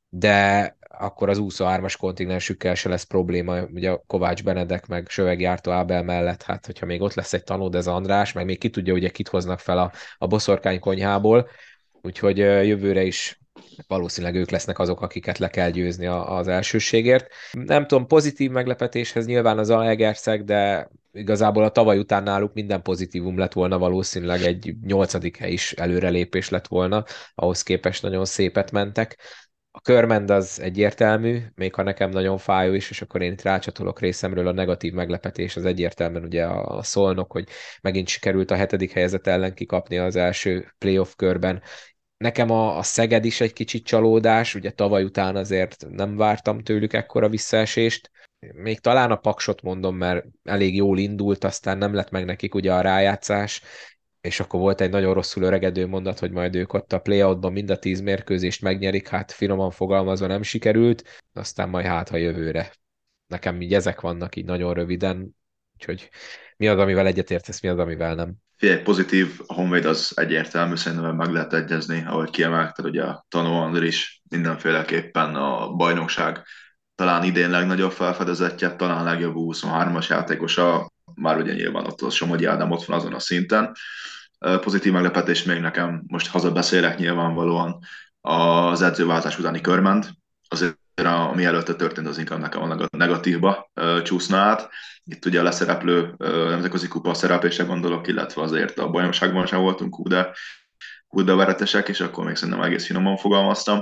de akkor az huszonhármas kontinensükkel se lesz probléma, ugye a Kovács Benedek meg Söveg Jártó Ábel mellett, hát hogyha még ott lesz egy Tanódez András, meg még ki tudja, ugye kit hoznak fel a, a boszorkány konyhából, úgyhogy jövőre is valószínűleg ők lesznek azok, akiket le kell győzni az elsőségért. Nem tudom, pozitív meglepetéshez nyilván az Zalaegerszeg, de igazából a tavaly után náluk minden pozitívum lett volna, valószínűleg egy nyolcadik hely is előrelépés lett volna, ahhoz képest nagyon szépet mentek. A Körmend az egyértelmű, még ha nekem nagyon fájó is, és akkor én itt rácsatolok részemről, a negatív meglepetés az egyértelműen ugye a Szolnok, hogy megint sikerült a hetedik helyezett ellen kikapni az első playoff körben. Nekem a, a Szeged is egy kicsit csalódás, ugye tavaly után azért nem vártam tőlük ekkora visszaesést. Még talán a Paksot mondom, mert elég jól indult, aztán nem lett meg nekik ugye a rájátszás, és akkor volt egy nagyon rosszul öregedő mondat, hogy majd ők ott a play-outban mind a tíz mérkőzést megnyerik, hát finoman fogalmazva nem sikerült, aztán majd hát, ha jövőre. Nekem így ezek vannak így nagyon röviden, úgyhogy mi az, amivel egyetértesz, mi az, amivel nem. Figyelj, pozitív, a Honvéd az egyértelmű, szerintem meg lehet egyezni, ahogy kiemelted, ugye a Tanó Andris mindenféleképpen a bajnokság talán idén legnagyobb felfedezetje, talán legjobb huszonhármas játékosa, már ugye nyilván ott a Somogyi Ádám ott van azon a szinten. Pozitív meglepetés még nekem, most hazabeszélek nyilvánvalóan, az edzőváltás utáni Körmend, azért a, ami előtte történt, az inkább nekem a negatívba uh, csúszna át. Itt ugye a leszereplő uh, nemzetközi kupa szereplésre gondolok, illetve azért a bajnokságban sem voltunk hú de, hú de veretesek, és akkor még szerintem egész finoman fogalmaztam.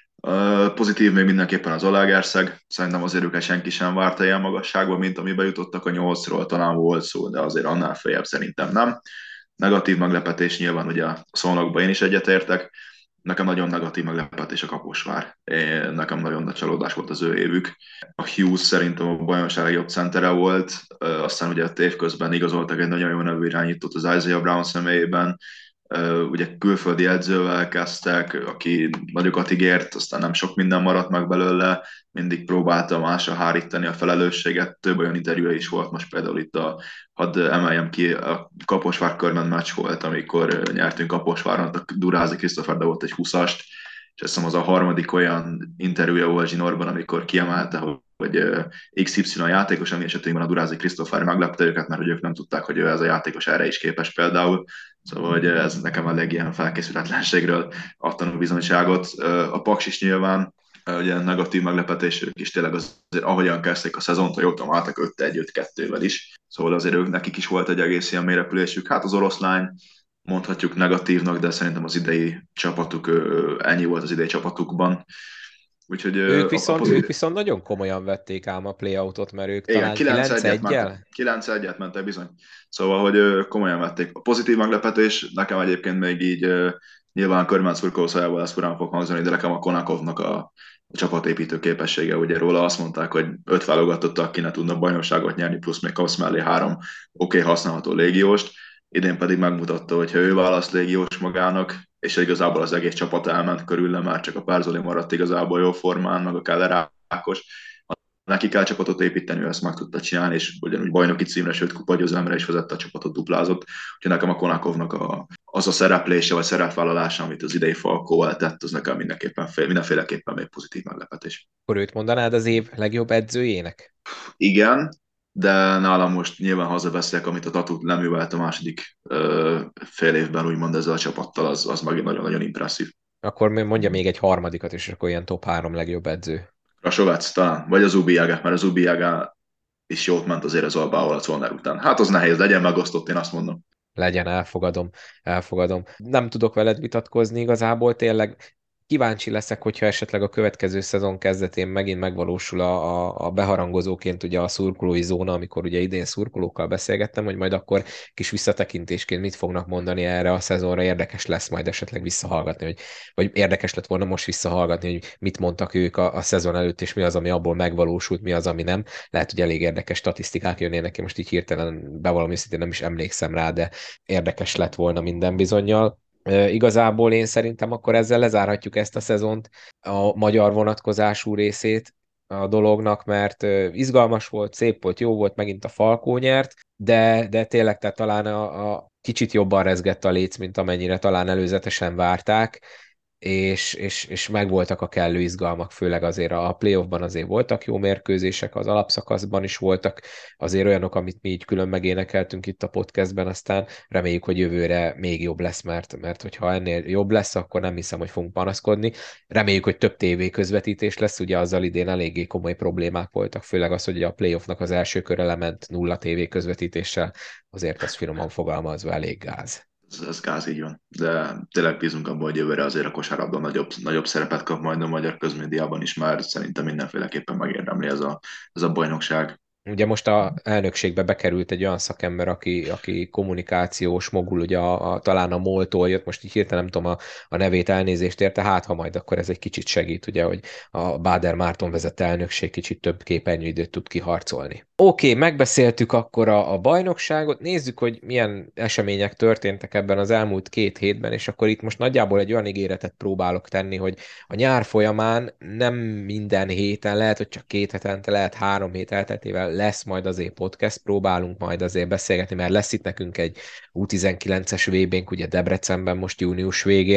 Uh, pozitív még mindenképpen az Zalaegerszeg. Szerintem azért őket senki sem várta ilyen magasságba, mint amiben jutottak a nyolcról, talán volt szó, de azért annál feljebb szerintem nem. Negatív meglepetés nyilván ugye a Szolnokban én is egyetértek. Nekem nagyon negatív meglepetés a Kaposvár. Én, nekem nagyon nagy csalódás volt az ő évük. A Hughes szerintem a bajnokság legjobb centere volt, aztán ugye a évközben igazoltak egy nagyon jó nevű irányítót az Isaiah Brown személyében. Ugye külföldi edzővel kezdtek, aki nagyokat ígért, aztán nem sok minden maradt meg belőle, mindig próbálta másra hárítani a felelősséget, több olyan interjúja is volt, most például itt a, hadd emeljem ki, a Kaposvár körben meccs volt, amikor nyertünk Kaposváron, a Durázi Krisztófer volt egy huszast, és azt hiszem az a harmadik olyan interjúja volt Zsinorban, amikor kiemelte, hogy hogy iksz ipszilon játékos, ami esetében a Durázi Krisztófer meglepte őket, mert hogy ők nem tudták, hogy ő ez a játékos erre is képes például. Szóval hogy ez nekem elég ilyen felkészületlenségről adta bizonyságot. A Paks is nyilván ugye negatív meglepetés, ők is tényleg azért ahogyan kezdték a szezont, hogy ott álltak öt egy öt kettővel is. Szóval azért ők nekik is volt egy egész ilyen mélyrepülésük. Hát az oroszlány mondhatjuk negatívnak, de szerintem az idei csapatuk, ennyi volt az idei csapatukban. Úgyhogy ők, viszont, pozitív... ők viszont nagyon komolyan vették ám a play-outot, mert ők igen, talán kilenc egyel kilenc egyet mentek bizony. Szóval, hogy komolyan vették. A pozitív meglepetés nekem egyébként még így nyilván Körmán szurkoló szájából ezt furán fog hangzani, de nekem a Konakovnak a, a csapatépítő képessége, ugye róla azt mondták, hogy öt válogatottak ki ne tudnak bajnokságot nyerni, plusz még kapsz mellé három oké okay, használható légióst. Idén pedig megmutatta, hogy ha ő választ légiós magának, és igazából az egész csapat elment körül, már csak a Párzoli maradt igazából jó formán, meg a Keller Ákos. Neki kell csapatot építeni, ő ezt meg tudta csinálni, és ugyanúgy bajnoki címre, sőt kupagyőzelemre is vezette a csapatot, duplázott. Úgyhogy nekem a Konakovnak a, az a szereplése, vagy szerepvállalása, amit az idei Falkóval tett, az nekem mindenképpen, mindenféleképpen még pozitív meglepetés. Akkor őt mondanád az év legjobb edzőjének? Igen, de nálam most nyilván hazabeszélek, amit a Tatut leművelt a második ö, fél évben, úgymond ezzel a csapattal, az, az meg nagyon-nagyon impresszív. Akkor mondja még egy harmadikat, és akkor ilyen top három legjobb edző. Rasovec talán, vagy az Ubiaga, mert az Ubiaga is jót ment azért az Albával a Colner után. Hát az nehéz, legyen megosztott, én azt mondom. Legyen, elfogadom, elfogadom. Nem tudok veled vitatkozni igazából, tényleg kíváncsi leszek, hogyha esetleg a következő szezon kezdetén megint megvalósul a, a, a beharangozóként ugye a szurkolói zóna, amikor ugye idén szurkolókkal beszélgettem, hogy majd akkor kis visszatekintésként mit fognak mondani erre a szezonra, érdekes lesz majd esetleg visszahallgatni, hogy, vagy érdekes lett volna most visszahallgatni, hogy mit mondtak ők a, a szezon előtt, és mi az, ami abból megvalósult, mi az, ami nem. Lehet, hogy elég érdekes statisztikák jönnének, én most így hirtelen bevallom őszintén nem is emlékszem rá, de érdekes lett volna minden bizonnyal. Uh, igazából én szerintem akkor ezzel lezárhatjuk ezt a szezont, a magyar vonatkozású részét a dolognak, mert uh, izgalmas volt, szép volt, jó volt, megint a Falkó nyert, de, de tényleg tehát talán a, a kicsit jobban rezgett a léc, mint amennyire talán előzetesen várták, és, és, és megvoltak a kellő izgalmak, főleg azért a playoffban azért voltak jó mérkőzések, az alapszakaszban is voltak azért olyanok, amit mi így külön megénekeltünk itt a podcastben, aztán reméljük, hogy jövőre még jobb lesz, mert, mert hogyha ennél jobb lesz, akkor nem hiszem, hogy fogunk panaszkodni. Reméljük, hogy több tévé közvetítés lesz, ugye azzal idén eléggé komoly problémák voltak, főleg az, hogy a playoffnak az első köre lement nulla tévé közvetítéssel, azért az finoman fogalmazva elég gáz. Ez, ez gáz, így van. De tényleg bízunk abban, hogy jövőre azért a kosárlabda nagyobb, nagyobb szerepet kap majd a magyar közmédiában is, már szerintem mindenféleképpen megérdemli ez a, ez a bajnokság. Ugye most a elnökségbe bekerült egy olyan szakember, aki, aki kommunikációs mogul, ugye a, a, talán a MOL-tól jött, most így hirtelen nem tudom a, a nevét, elnézést érte, hát ha majd akkor ez egy kicsit segít, ugye, hogy a Báder Márton vezette elnökség kicsit több képernyőidőt tud kiharcolni. Oké, okay, megbeszéltük akkor a, a bajnokságot, nézzük, hogy milyen események történtek ebben az elmúlt két hétben, és akkor itt most nagyjából egy olyan ígéretet próbálok tenni, hogy a nyár folyamán nem minden héten, lehet, hogy csak két hetente, lehet három hét elteltével lesz majd azért podcast, próbálunk majd azért beszélgetni, mert lesz itt nekünk egy U tizenkilences vé bénk, ugye Debrecenben most június végén,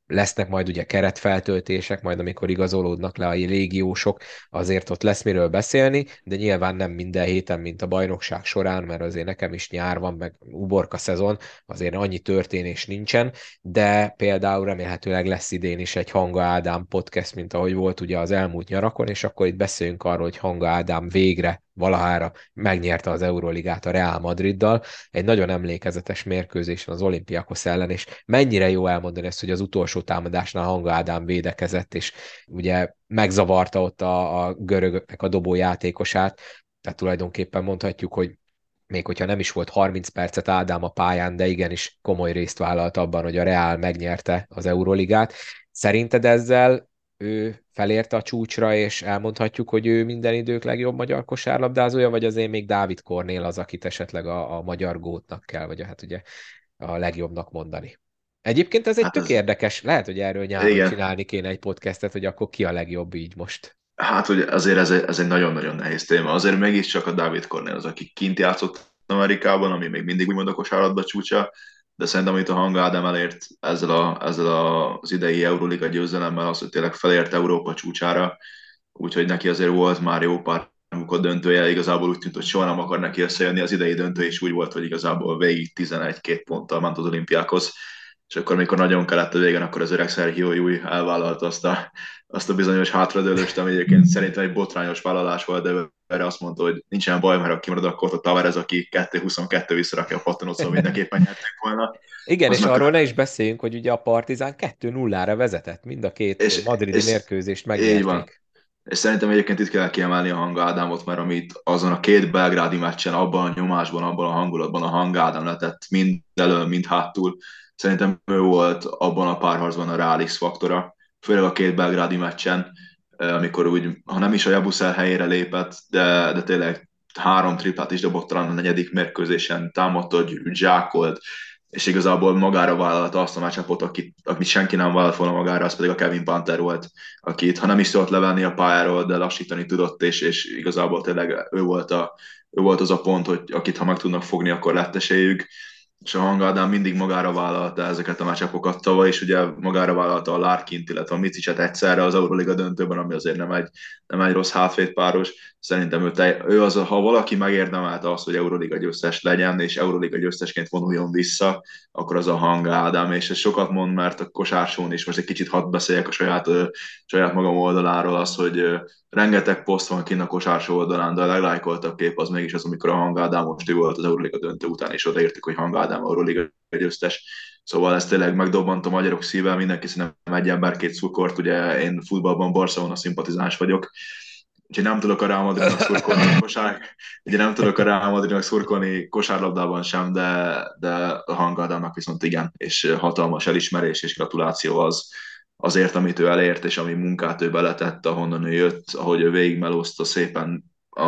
lesznek majd ugye keretfeltöltések, majd amikor igazolódnak le a légiósok, azért ott lesz miről beszélni, de nyilván nem minden héten, mint a bajnokság során, mert azért nekem is nyár van, meg uborka szezon, azért annyi történés nincsen, de például remélhetőleg lesz idén is egy Hanga Ádám podcast, mint ahogy volt ugye az elmúlt nyarakon, és akkor itt beszéljünk arról, hogy Hanga Ádám végre valahára megnyerte az Euroligát a Real Madriddal, egy nagyon emlékezetes mérkőzésen az Olympiakos ellen, és mennyire jó elmondani ezt, hogy az utolsó támadásnál Hanga Ádám védekezett, és ugye megzavarta ott a, a görögöknek a dobójátékosát, tehát tulajdonképpen mondhatjuk, hogy még hogyha nem is volt harminc percet Ádám a pályán, de igenis komoly részt vállalt abban, hogy a Real megnyerte az Euroligát. Szerinted ezzel ő felérte a csúcsra, és elmondhatjuk, hogy ő minden idők legjobb magyar kosárlabdázója, vagy azért még Dávid Kornél az, akit esetleg a, a magyar gótnak kell, vagy hát ugye a legjobbnak mondani. Egyébként ez egy Hát tök ez, érdekes, lehet, hogy erről nyáron igen. csinálni kéne egy podcastet, hogy akkor ki a legjobb így most. Hát ugye azért ez egy, ez egy nagyon-nagyon nehéz téma. Azért mégiscsak a David Cornél az, aki kint játszott Amerikában, ami még mindig úgymond a kosárlabda csúcsa, de szerintem itt a Hanga Ádám elért ezzel, a, ezzel az idei Euroliga győzelemmel az, hogy tényleg felért Európa csúcsára, úgyhogy neki azért volt már jó pár a döntője, igazából úgy tűnt, hogy soha nem akar neki összejönni, az idei döntő is úgy volt, hogy igazából végig tizenegy-két ponttal ment az olimpiákhoz, és akkor, amikor nagyon kellett a végén, akkor az öreg Sergio Llull elvállalta azt a, azt a bizonyos hátradőlöst, ami egyébként szerintem egy botrányos vállalás volt, de erre azt mondta, hogy nincsen baj, mert ha kimarad, akkor a Tavares, aki kettő huszonkettő visszarakja a pattanót, szóval mindenképpen nyerték volna. Igen, Az és meg... arról ne is beszéljünk, hogy ugye a Partizán kettő nullára vezetett, mind a két és, madridi és, mérkőzést így van. megnyerték. És szerintem egyébként itt kell kiemelni a Hanga Ádámot, mert amit azon a két belgrádi meccsen, abban a nyomásban, abban a hangulatban a Hanga Ádám letett mind elől, mind hátul, szerintem ő volt abban a párharcban a Real X-faktora, főleg a két belgrádi meccsen, amikor úgy, ha nem is a Jabuszel helyére lépett, de, de tényleg három triplát is dobott talán a negyedik mérkőzésen, támadta, zsákolt, és igazából magára vállalta azt a meccsapot, akit, akit senki nem vállalt volna magára, az pedig a Kevin Panther volt, akit ha nem is tudott levenni a pályáról, de lassítani tudott, és, és igazából tényleg ő volt, a, ő volt az a pont, hogy akit ha meg tudnak fogni, akkor lett esélyük, és a Hanga Ádám mindig magára vállalta ezeket a meccsapokat. Tavaly is ugye magára vállalta a Larkint, illetve a Micicset egyszerre az Euroliga döntőben, ami azért nem egy, nem egy rossz hátvédpáros. Szerintem ő, te, ő az, ha valaki megérdemelte azt, hogy Euroliga győztes legyen, és Euroliga győztesként vonuljon vissza, akkor az a Hanga Ádám, és ez sokat mond, mert a kosársón is most egy kicsit hadd beszéljek a saját, saját magam oldaláról az, hogy rengeteg poszt van kint a kosársó oldalán, de a leglájkoltabb kép az mégis az, amikor a Hanga Ádám most ő volt az Euroliga döntő után, és odaértük, hogy Hanga Ádám Euroliga győztes. Szóval ez tényleg megdobbant a magyarok szíve, mindenki szerintem egy ember, két szurkort, ugye én futballban Barcelona szimpatizáns vagyok, úgyhogy nem tudok a Real Madridnak szurkolni kosár, ugye nem tudok a Real Madridnak szurkolni kosárlabdában sem, de, de a Hanga Ádámnak viszont igen, és hatalmas elismerés és gratuláció az, azért, amit ő elért, és ami munkát ő beletett, ahonnan ő jött, ahogy ő végigmelózta szépen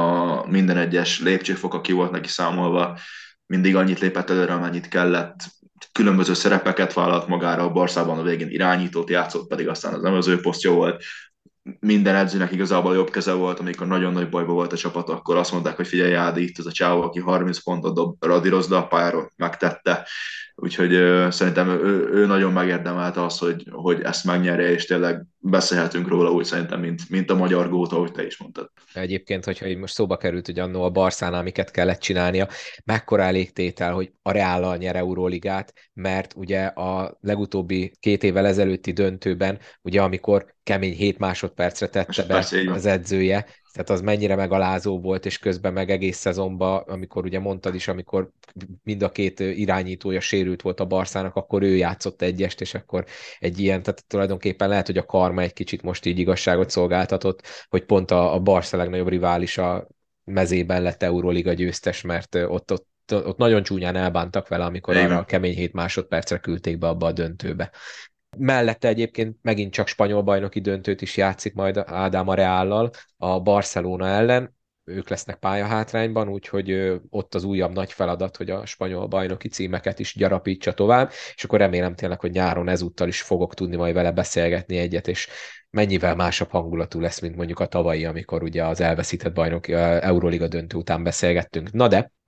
a minden egyes lépcsőfok, aki volt neki számolva, mindig annyit lépett előre, amennyit kellett, különböző szerepeket vállalt magára, a Barszában a végén irányítót játszott, pedig aztán az nem az ő posztja volt. Minden edzőnek igazából jobb keze volt, amikor nagyon nagy bajba volt a csapat, akkor azt mondták, hogy figyelj, Ádi, itt ez a csávó, aki harminc pontot dob, radírozd a pályáról, megtette. Úgyhogy uh, szerintem ő, ő nagyon megérdemelte azt, hogy, hogy ezt megnyerje, és tényleg beszélhetünk róla úgy szerintem, mint, mint a magyar gót, ahogy te is mondtad. Egyébként, hogyha így most szóba került, hogy annó a Barszánál miket kellett csinálnia, mekkora elégtétel, hogy a Reállal nyer Euróligát, mert ugye a legutóbbi két évvel ezelőtti döntőben, ugye amikor kemény hét másodpercre tette be az edzője, tehát az mennyire megalázó volt, és közben meg egész szezonban, amikor ugye mondtad is, amikor mind a két irányítója sérült volt a Barszának, akkor ő játszott egyest, és akkor egy ilyen, tehát tulajdonképpen lehet, hogy a karma egy kicsit most így igazságot szolgáltatott, hogy pont a, a Barca legnagyobb rivális a mezében lett Euróliga győztes, mert ott, ott, ott nagyon csúnyán elbántak vele, amikor igen, arra a kemény hét másodpercre küldték be abba a döntőbe. Mellette egyébként megint csak spanyol bajnoki döntőt is játszik majd Ádám a Reállal a Barcelona ellen, ők lesznek pályahátrányban, úgyhogy ott az újabb nagy feladat, hogy a spanyol bajnoki címeket is gyarapítsa tovább, és akkor remélem tényleg, hogy nyáron ezúttal is fogok tudni majd vele beszélgetni egyet, és mennyivel másabb hangulatú lesz, mint mondjuk a tavalyi, amikor ugye az elveszített bajnoki Euróliga döntő után beszélgettünk. Na de,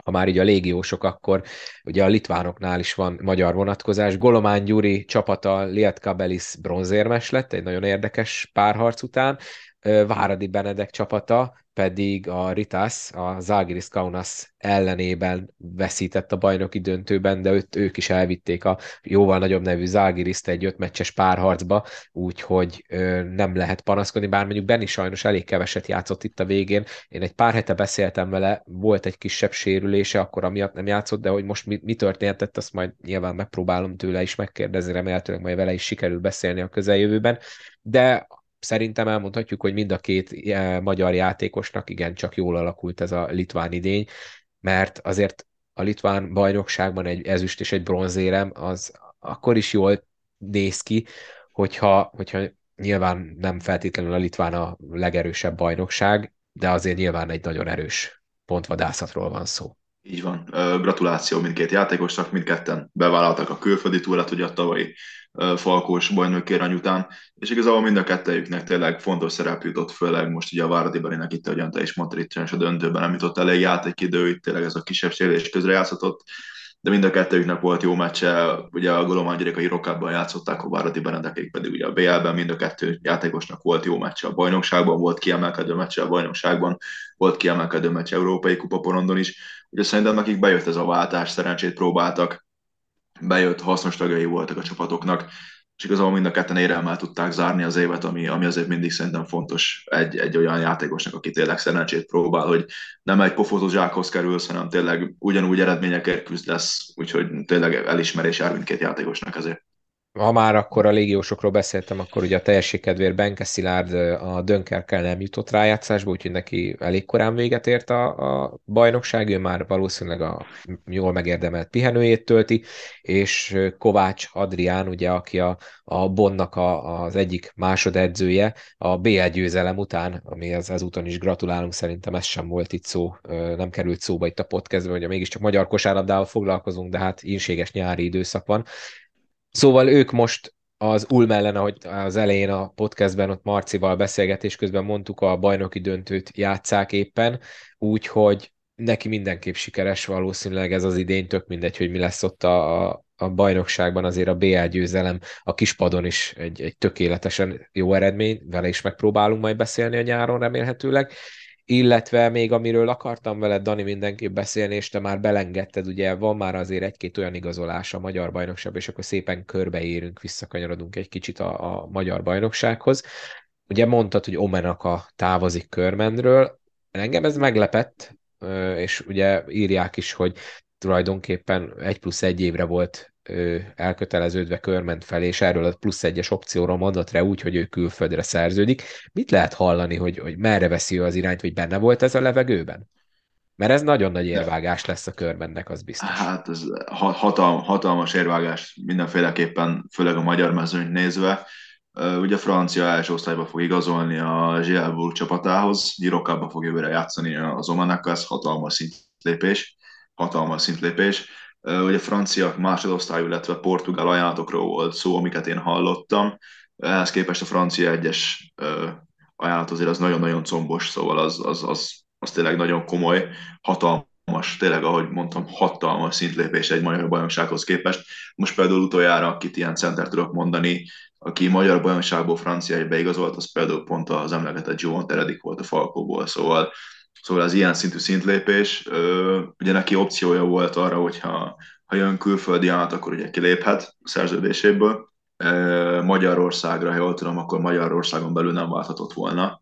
ha már így a légiósok, akkor ugye a litvánoknál is van magyar vonatkozás. Golomán Gyuri csapata Lietkabelis bronzérmes lett, egy nagyon érdekes párharc után. Váradi Benedek csapata pedig a Ritas, a Žalgiris Kaunas ellenében veszített a bajnoki döntőben, de őt, ők is elvitték a jóval nagyobb nevű Žalgiriszt egy ötmeccses párharcba, úgyhogy ö, nem lehet panaszkodni, bár mondjuk Benni sajnos elég keveset játszott itt a végén. Én egy pár hete beszéltem vele, volt egy kisebb sérülése, akkor amiatt nem játszott, de hogy most mi, mi történtett, azt majd nyilván megpróbálom tőle is megkérdezni, remélhetőleg majd vele is sikerül beszélni a közeljövőben, de szerintem elmondhatjuk, hogy mind a két magyar játékosnak igencsak jól alakult ez a litván idény, mert azért a litván bajnokságban egy ezüst és egy bronzérem az akkor is jól néz ki, hogyha, hogyha nyilván nem feltétlenül a litván a legerősebb bajnokság, de azért nyilván egy nagyon erős pontvadászatról van szó. Így van. Gratuláció mindkét játékosnak, mindketten bevállaltak a külföldi túrát, ugye a tavalyi Falkós bajnoki arany után, és igazából mind a kettejüknek tényleg fontos szerep jutott, főleg most ugye a Váradi Berinek itt, ahogyan te is mondtad, itt a döntőben nem jutott elég játékidő, itt tényleg ez a kisebb sérülés közrejátszhatott, de mind a kettőjüknek volt jó meccse, ugye a Golomán Gyerek a Eurocupban játszották, a Váradi Benedekék pedig ugye a bé el-ben, mind a kettő játékosnak volt jó meccse a bajnokságban, volt kiemelkedő meccse a bajnokságban, volt kiemelkedő meccs Európai Kupa porondon is, ugye szerintem nekik bejött ez a váltás, szerencsét próbáltak, bejött, hasznos tagjai voltak a csapatoknak, és igazából mind a ketten érelmmel tudták zárni az évet, ami, ami azért mindig szerintem fontos egy, egy olyan játékosnak, aki tényleg szerencsét próbál, hogy nem egy pofozó zsákhoz kerülsz, hanem tényleg ugyanúgy eredményekért küzdesz, úgyhogy tényleg elismerés jár mindkét játékosnak ezért. Ha már akkor a légiósokról beszéltem, akkor ugye a teljesség kedvéért Benke Szilárd a Dönkerkel nem jutott rájátszásba, úgyhogy neki elég korán véget ért a, a bajnokság, ő már valószínűleg a jól megérdemelt pihenőjét tölti, és Kovács Adrián, ugye, aki a, a Bonnnak a, az egyik másodedzője, a bé el győzelem után, ami ez, ezúton is gratulálunk, szerintem ez sem volt itt szó, nem került szóba itt a podcastben, hogy mégiscsak magyar kosárlabdával foglalkozunk, de hát ínséges nyári időszak van. Szóval ők most az Ulm ellen, ahogy az elején a podcastben ott Marcival beszélgetés közben mondtuk, a bajnoki döntőt játsszák éppen, úgyhogy neki mindenképp sikeres valószínűleg ez az idény, tök mindegy, hogy mi lesz ott a, a, a bajnokságban, azért a bé el győzelem a kispadon is egy, egy tökéletesen jó eredmény, vele is megpróbálunk majd beszélni a nyáron remélhetőleg. Illetve még amiről akartam veled, Dani, mindenképp beszélni, és te már belengedted, ugye van már azért egy-két olyan igazolás a magyar bajnokságban, és akkor szépen körbeérünk, visszakanyarodunk egy kicsit a, a magyar bajnoksághoz. Ugye mondtad, hogy Omenaka távozik Körmendről, engem ez meglepett, és ugye írják is, hogy tulajdonképpen egy plusz egy évre volt elköteleződve Körment felé, és erről a plusz egyes opcióról mondott rá úgy, hogy ő külföldre szerződik. Mit lehet hallani, hogy, hogy merre veszi ő az irányt, hogy benne volt ez a levegőben? Mert ez nagyon nagy érvágás lesz a Körmentnek, az biztos. Hát ez hatal, hatalmas érvágás mindenféleképpen, főleg a magyar mezőnyt nézve. Ugye a francia első osztályba fog igazolni a Gielbourg csapatához, Eurocupba fog jövőre játszani az Omenaka, ez hatalmas szintlépés. Hatalmas szintlépés. Ugye a franciák másodosztályú, illetve portugál ajánlatokról volt szó, amiket én hallottam. Ehhez képest a francia egyes ajánlat azért az nagyon-nagyon combos, szóval az, az, az, az tényleg nagyon komoly, hatalmas, tényleg ahogy mondtam, hatalmas szintlépés egy magyar bajnoksághoz képest. Most például utoljára, akit ilyen center tudok mondani, aki magyar bajnokságból francia beigazolt, az például pont az emlegetett João Teredik volt a Falkóból, szóval Szóval az ilyen szintű szintlépés, ugye neki opciója volt arra, hogyha ha jön külföldi át, akkor ugye kiléphet a szerződéséből. Magyarországra, ha jól tudom, akkor Magyarországon belül nem válthatott volna.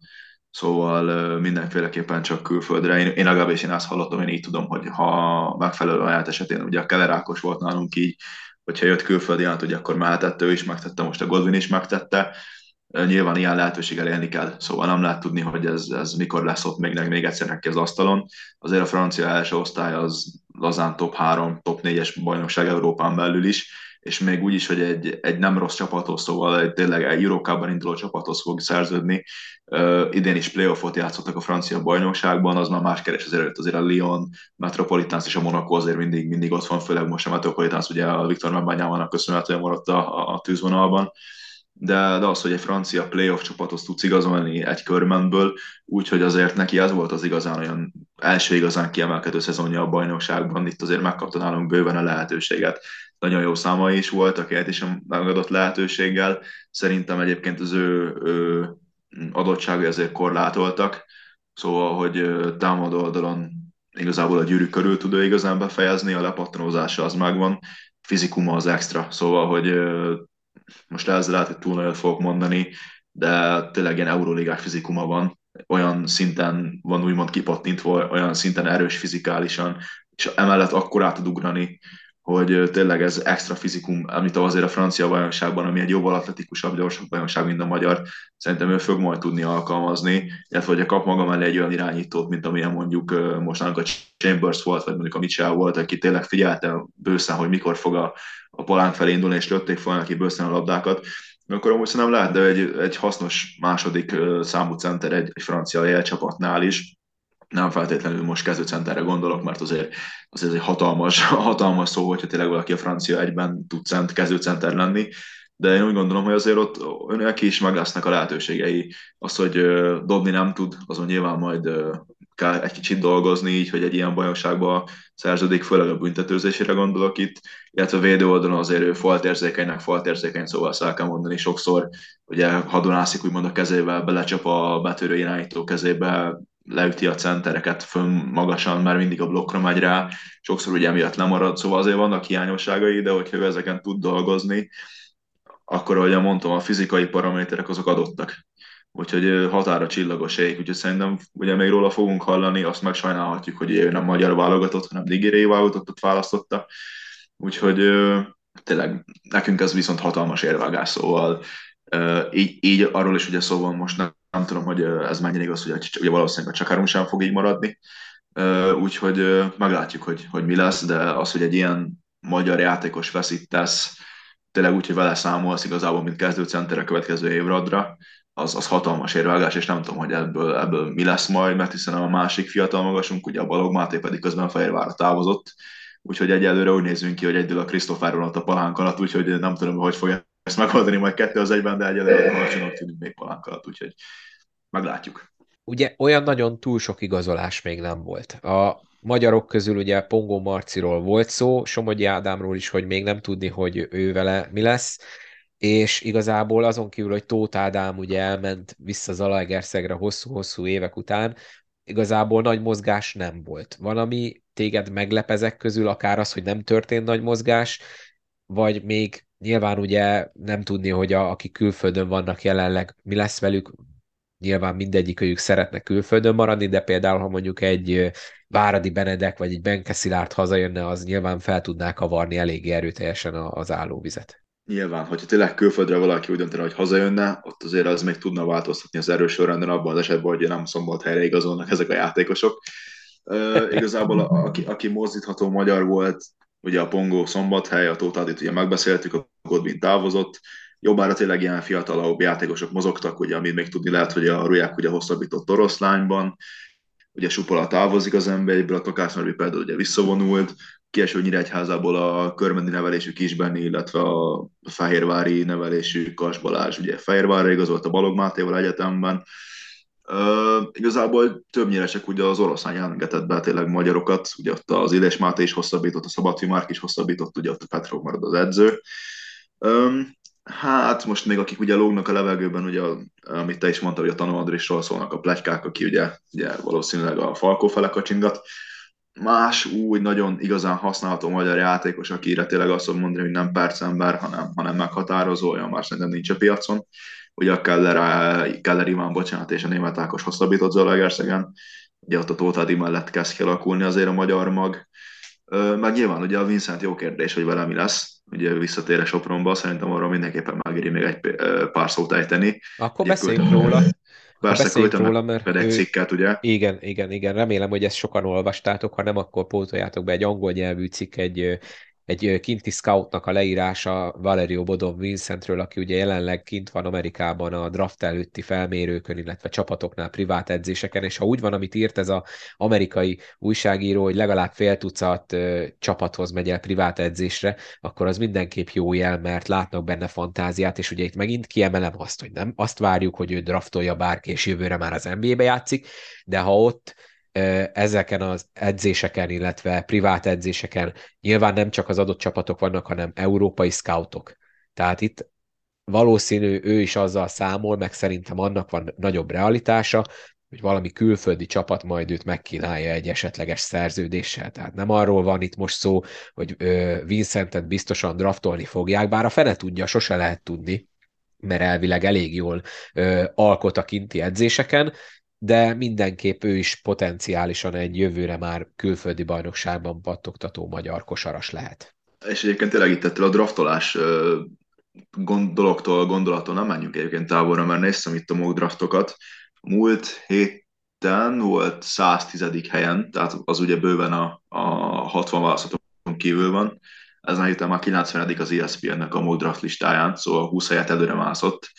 Szóval mindenféleképpen csak külföldre. Én, én legalábbis én azt hallottam, én így tudom, hogy ha megfelelő ajánlat esetén, ugye a Keller Ákos volt nálunk így, hogyha jött külföldi át, ugye akkor mehetett, ő is megtette, most a Godwin is megtette. Nyilván ilyen lehetőséggel élni kell, szóval nem lehet tudni, hogy ez, ez mikor lesz ott még, még egyszer neki az asztalon. Azért a francia első osztály az lazán top három, top négyes bajnokság Európán belül is, és még úgy is, hogy egy, egy nem rossz csapathoz, szóval egy, tényleg egy Eurocupban induló csapathoz fog szerződni. Uh, idén is playoffot játszottak a francia bajnokságban, az már más keres azért, azért a Lyon, Metropolitans és a Monaco azért mindig, mindig ott van, főleg most a Metropolitans ugye a Viktor Wembanyámának köszönhetően maradt a, a, a tűzvonalban. de, de az, hogy egy francia playoff csapathoz tudsz igazolni egy körmentből, úgyhogy azért neki ez volt az igazán olyan első igazán kiemelkedő szezonja a bajnokságban, itt azért megkapta nálunk bőven a lehetőséget. Nagyon jó számai is voltak, élt is a megadott lehetőséggel. Szerintem egyébként az ő, ő adottságai azért korlátoltak, szóval, hogy ö, támadó oldalon igazából a gyűrű körül tud ő igazán befejezni, a lepattanózása az megvan, fizikuma az extra, szóval, hogy ö, most ezzel lehet, hogy túl nagyot fogok mondani, de tényleg ilyen euróligás fizikuma van, olyan szinten van úgymond kipattintva, olyan szinten erős fizikálisan, és emellett akkor át tud ugrani, hogy tényleg ez extra fizikum, amit azért a francia bajnokságban, ami egy jóval atletikusabb, gyorsabb bajnokság, mint a magyar, szerintem ő fog majd tudni alkalmazni, illetve hogy kap maga mellé egy olyan irányítót, mint amilyen mondjuk mostanában a Chambers volt, vagy mondjuk a Mitchell volt, aki tényleg figyelte bőszen, hogy mikor fog a, a palánk felé indulni, és lőtték fel neki bőszen a labdákat, akkor amúgy szerintem lehet, de egy, egy hasznos második számú center egy, egy francia jelcsapatnál is, nem feltétlenül most kezdőcenterre gondolok, mert azért, azért ez egy hatalmas, hatalmas szó, hogyha tényleg valaki a francia egyben tud cent, kezdőcenter lenni, de én úgy gondolom, hogy azért ott neki is meg lesznek a lehetőségei. Az, hogy dobni nem tud, azon nyilván majd kell egy kicsit dolgozni, így, hogy egy ilyen bajnokságban szerződik, főleg a büntetőzésére gondolok itt, illetve a védő oldalon azért ő faltérzékenynek faltérzékeny, szóval ezt el kell mondani sokszor, ugye hadonászik úgymond a kezével, belecsap a betörő irányító kezébe, leüti a centereket fönn magasan, mert mindig a blokkra megy rá, sokszor ugye emiatt lemarad, szóval azért vannak hiányosságai, de hogyha ő ezeken tud dolgozni, akkor, ahogy mondtam, a fizikai paraméterek azok adottak. Úgyhogy határa csillagos ég, úgyhogy szerintem ugye még róla fogunk hallani, azt megsajnálhatjuk, hogy ő nem magyar válogatott, hanem nigériai válogatottat választotta. Úgyhogy tényleg nekünk ez viszont hatalmas érvágás, szóval így, így arról is ugye szó van most, nem, nem tudom, hogy ez mennyire igaz, hogy ugye valószínűleg a Csakarun sem fog így maradni, úgyhogy meglátjuk, hogy, hogy mi lesz, de az, hogy egy ilyen magyar játékos veszítesz, tényleg úgy, hogy vele számolsz igazából, mint kezdőcenter a következő évradra, az, az hatalmas érvágás, és nem tudom, hogy ebből, ebből mi lesz majd, mert hiszen a másik fiatal magasunk, ugye a Balog Máté pedig közben Fehérvárra távozott, úgyhogy egyelőre úgy nézünk ki, hogy egyedül a Krisztofáról ott a palánk alatt, úgyhogy nem tudom, hogy fogja ezt megoldani majd kettő az egyben, de egyelőre alacsonok tudunk még palánk alatt, úgyhogy meglátjuk. Ugye olyan nagyon túl sok igazolás még nem volt. A magyarok közül ugye Pongó Marciról volt szó, Somogyi Ádámról is, hogy még nem tudni, hogy ő vele mi lesz, és igazából azon kívül, hogy Tóth Ádám ugye elment vissza Zalaegerszegre hosszú-hosszú évek után, igazából nagy mozgás nem volt. Van, ami téged meglep ezek közül, akár az, hogy nem történt nagy mozgás, vagy még nyilván ugye nem tudni, hogy a, akik külföldön vannak jelenleg, mi lesz velük, nyilván mindegyikőjük szeretne külföldön maradni, de például, ha mondjuk egy Váradi Benedek vagy egy Benke Szilárd hazajönne, az nyilván fel tudná kavarni eléggé erőteljesen az állóvizet. Nyilván, hogyha tényleg külföldre valaki úgy döntene, hogy hazajönne, ott azért az még tudna változtatni az erős sorrendben abban az esetben, hogy nem Szombathelyre igazolnak ezek a játékosok. Uh, igazából a, aki, aki mozdítható magyar volt, ugye a Pongó Szombathely, a Tóth Adit ugye megbeszéltük, a Godwin távozott, jobbára tényleg ilyen fiatalabb játékosok mozogtak, ugye, amit még tudni lehet, hogy a Ruják ugye hosszabbított oroszlányban, ugye Supola távozik az en bé egyből, a Tokás Norbi például ugye visszavonult, kieső Nyíregyházából a körmendi nevelésű Kisbenni, illetve a fehérvári nevelésű Kas Balázs, ugye Fehérvárra igazolt a Balog Mátéval egyetemben. Uh, igazából többnyire csak ugye az oroszlány engedett be tényleg magyarokat, ugye ott az Illés Máté is hosszabbított, a Szabadfi Márk is hosszabbított, ugye ott a Petrov marad az edző. Um, hát most még akik ugye lógnak a levegőben, ugye, amit te is mondtad, hogy a Tanú Andrisról szólnak a pletykák, aki ugye, ugye valószínűleg a Falkó fele kacsingat. Más úgy nagyon igazán használható magyar játékos, akire tényleg azt mondom mondani, hogy nem percember, hanem, hanem meghatározó, olyan már szerintem nincs a piacon. Ugye a Keller, Keller Iván, bocsánat, és a német Ákos hosszabbított Zalaegerszegen. Ugye ott a Tóth Adi mellett kezd kialakulni azért a magyar mag. Meg nyilván ugye a Vincent jó kérdés, hogy vele mi lesz. Ugye visszatér a Sopronba, szerintem arról mindenképpen megéri még egy pár szót ejteni. Akkor beszéljünk róla. Persze, beszéljünk róla, mert egy ő... cikket, ugye? Igen, igen, igen. Remélem, hogy ezt sokan olvastátok, ha nem, akkor pótoljátok be egy angol nyelvű cikk, egy, egy kinti scoutnak a leírása Valerio Bodov Vincentről, aki ugye jelenleg kint van Amerikában a draft előtti felmérőkön, illetve csapatoknál, privát edzéseken, és ha úgy van, amit írt ez az amerikai újságíró, hogy legalább fél tucat ö, csapathoz megy el privát edzésre, akkor az mindenképp jó jel, mert látnak benne fantáziát, és ugye itt megint kiemelem azt, hogy nem azt várjuk, hogy ő draftolja bárki, és jövőre már az en bé á-be játszik, de ha ott ezeken az edzéseken, illetve privát edzéseken nyilván nem csak az adott csapatok vannak, hanem európai scoutok. Tehát itt valószínű ő is azzal számol, meg szerintem annak van nagyobb realitása, hogy valami külföldi csapat majd őt megkínálja egy esetleges szerződéssel. Tehát nem arról van itt most szó, hogy Vincentet biztosan draftolni fogják, bár a fene tudja, sose lehet tudni, mert elvileg elég jól ö, alkot a kinti edzéseken, de mindenképp ő is potenciálisan egy jövőre már külföldi bajnokságban pattogtató magyar kosaras lehet. És egyébként tényleg itt ettől a draftolás dologtól, gondolattól nem menjünk egyébként távolra, mert néztem itt a mock draftokat. Múlt héten volt száztíz. helyen, tehát az ugye bőven a, a hatvan választhatókon kívül van. Ezen a héten már kilencvenedik az é es pé en-nek a mock draft listáján, szóval húsz helyet előre mászott.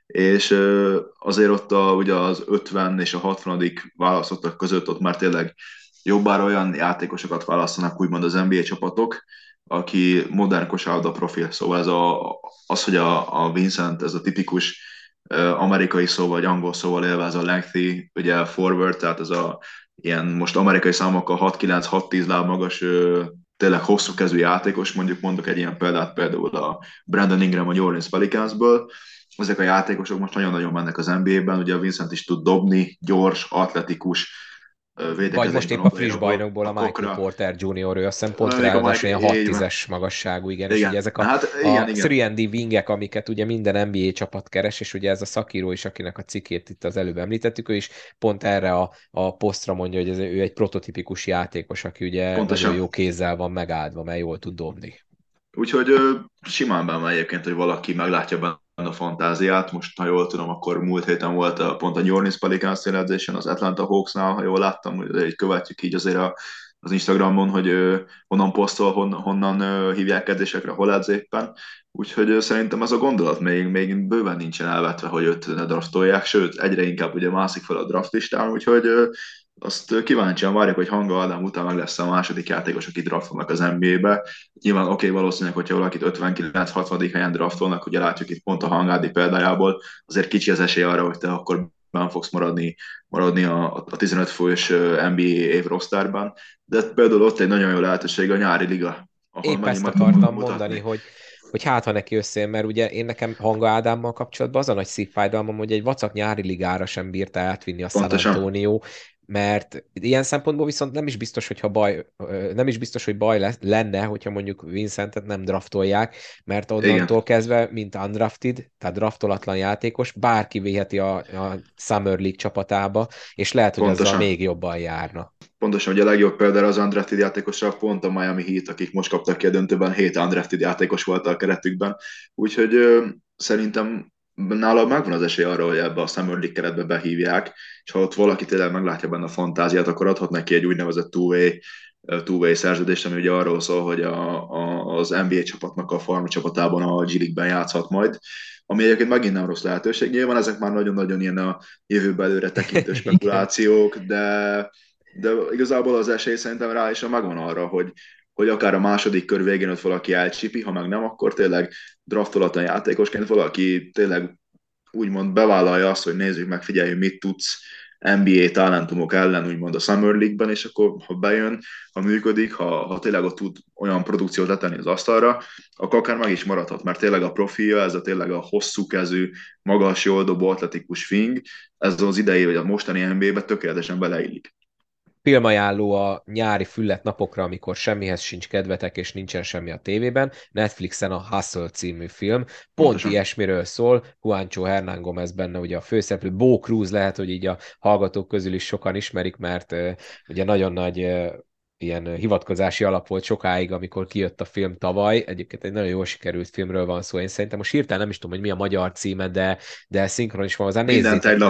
És azért ott a, ugye az ötven és a hatvanak választottak között ott már tényleg jobbára olyan játékosokat választanak, úgymond az en bé á csapatok, aki modern kosárlabda profil, szóval ez a, az, hogy a, a Vincent, ez a tipikus uh, amerikai szó vagy angol szóval élve, ez a lengthy, ugye forward, tehát ez a ilyen most amerikai számokkal hat kilenc hat tíz láb magas, uh, tényleg hosszú kezű játékos, mondjuk mondok egy ilyen példát, például a Brandon Ingram a New Orleans Pelicansből. Ezek a játékosok most nagyon-nagyon mennek az en bé á-ben, ugye a Vincent is tud dobni, gyors, atletikus, vagy most épp a friss bajnokból a, a Michael Porter junior, ő azt hiszem pont ráadásul ilyen hat tízes magasságú, igen, igen, és ugye ezek a, hát, igen, a három dé wingek, amiket ugye minden en bé á csapat keres, és ugye ez a szakíró is, akinek a cikkét itt az előbb említettük, ő is pont erre a, a posztra mondja, hogy ez, ő egy prototípikus játékos, aki ugye pontosan nagyon jó kézzel van megáldva, mert jól tud dobni. Úgyhogy simán benne egyébként, hogy valaki meglátja benne a fantáziát. Most, ha jól tudom, akkor múlt héten volt a, pont a New Orleans Pelicans edzésen az Atlanta Hawksnál, ha jól láttam, hogy így követjük így azért a, az Instagramon, hogy uh, honnan posztol, hon, honnan uh, hívják edzésekre, hol edz éppen. Úgyhogy uh, szerintem ez a gondolat még, még bőven nincsen elvetve, hogy őt ne draftolják, sőt, egyre inkább ugye mászik fel a draft listán, úgyhogy uh, azt kíváncsian várjuk, hogy Hanga Ádám után meg lesz a második játékos, akit draftolnak az en bé á-be. Nyilván oké, okay, valószínűleg, hogyha valakit ötvenkilenc hatvan helyen draftolnak, ugye látjuk itt pont a Hangádi példájából, azért kicsi az esély arra, hogy te akkor ben fogsz maradni, maradni a, a tizenöt fős en bé á év rosterben. De például ott egy nagyon jó lehetőség a nyári liga. Épp ezt akartam mondani, hogy hogy hát, ha neki összejön, mert ugye én nekem Hanga Ádámmal kapcsolatban az a nagy szívfájdalmam, hogy egy vacak nyári ligára sem bírta átvinni a San Antonio, mert ilyen szempontból viszont nem is biztos, hogyha baj, nem is biztos, hogy baj lesz, lenne, hogyha mondjuk Vincentet nem draftolják, mert onnantól igen, kezdve, mint undrafted, tehát draftolatlan játékos, bárki véheti a, a Summer League csapatába, és lehet, hogy pontosan azzal még jobban járna. Pontosan, hogy a legjobb például az undrafted játékosra pont a Miami Heat, akik most kaptak ki a döntőben, hét undrafted játékos volt a keretükben, úgyhogy ö, szerintem nála megvan az esély arra, hogy ebbe a Summer League keretbe behívják, és ha ott valaki tényleg meglátja benne a fantáziát, akkor adhat neki egy úgynevezett two-way, two-way szerződést, ami ugye arról szól, hogy a, a, az en bé á csapatnak a farm csapatában a G League-ben játszhat majd, ami egyébként megint nem rossz lehetőség. Nyilván ezek már nagyon-nagyon ilyen a jövőbe előre tekintő spekulációk, de, de igazából az esély szerintem rá is megvan arra, hogy, hogy akár a második kör végén ott valaki elcsipi, ha meg nem, akkor tényleg draftolatlan játékosként valaki tényleg úgymond bevállalja azt, hogy nézzük meg, figyeljünk, mit tudsz en bé á talentumok ellen, úgymond a Summer League-ben, és akkor ha bejön, ha működik, ha, ha tényleg ott tud olyan produkciót letenni az asztalra, akkor akár meg is maradhat, mert tényleg a profilja, ez a tényleg a hosszú kezű, magas, jól dobó, atletikus fing, ez az idei, vagy a mostani en bé á-be tökéletesen beleillik. Filmajánló a nyári füllet napokra, amikor semmihez sincs kedvetek, és nincsen semmi a tévében. Netflixen a Hustle című film. Pont pontosan ilyesmiről szól. Juancho Hernán Gómez benne ugye a főszereplő. Bo Cruz lehet, hogy így a hallgatók közül is sokan ismerik, mert uh, ugye nagyon nagy uh, ilyen hivatkozási alap volt sokáig, amikor kijött a film tavaly. Egyébként egy nagyon jól sikerült filmről van szó. Én szerintem most hirtelen nem is tudom, hogy mi a magyar címe, de, de szinkron is van hozzá. Mindent egy lapra.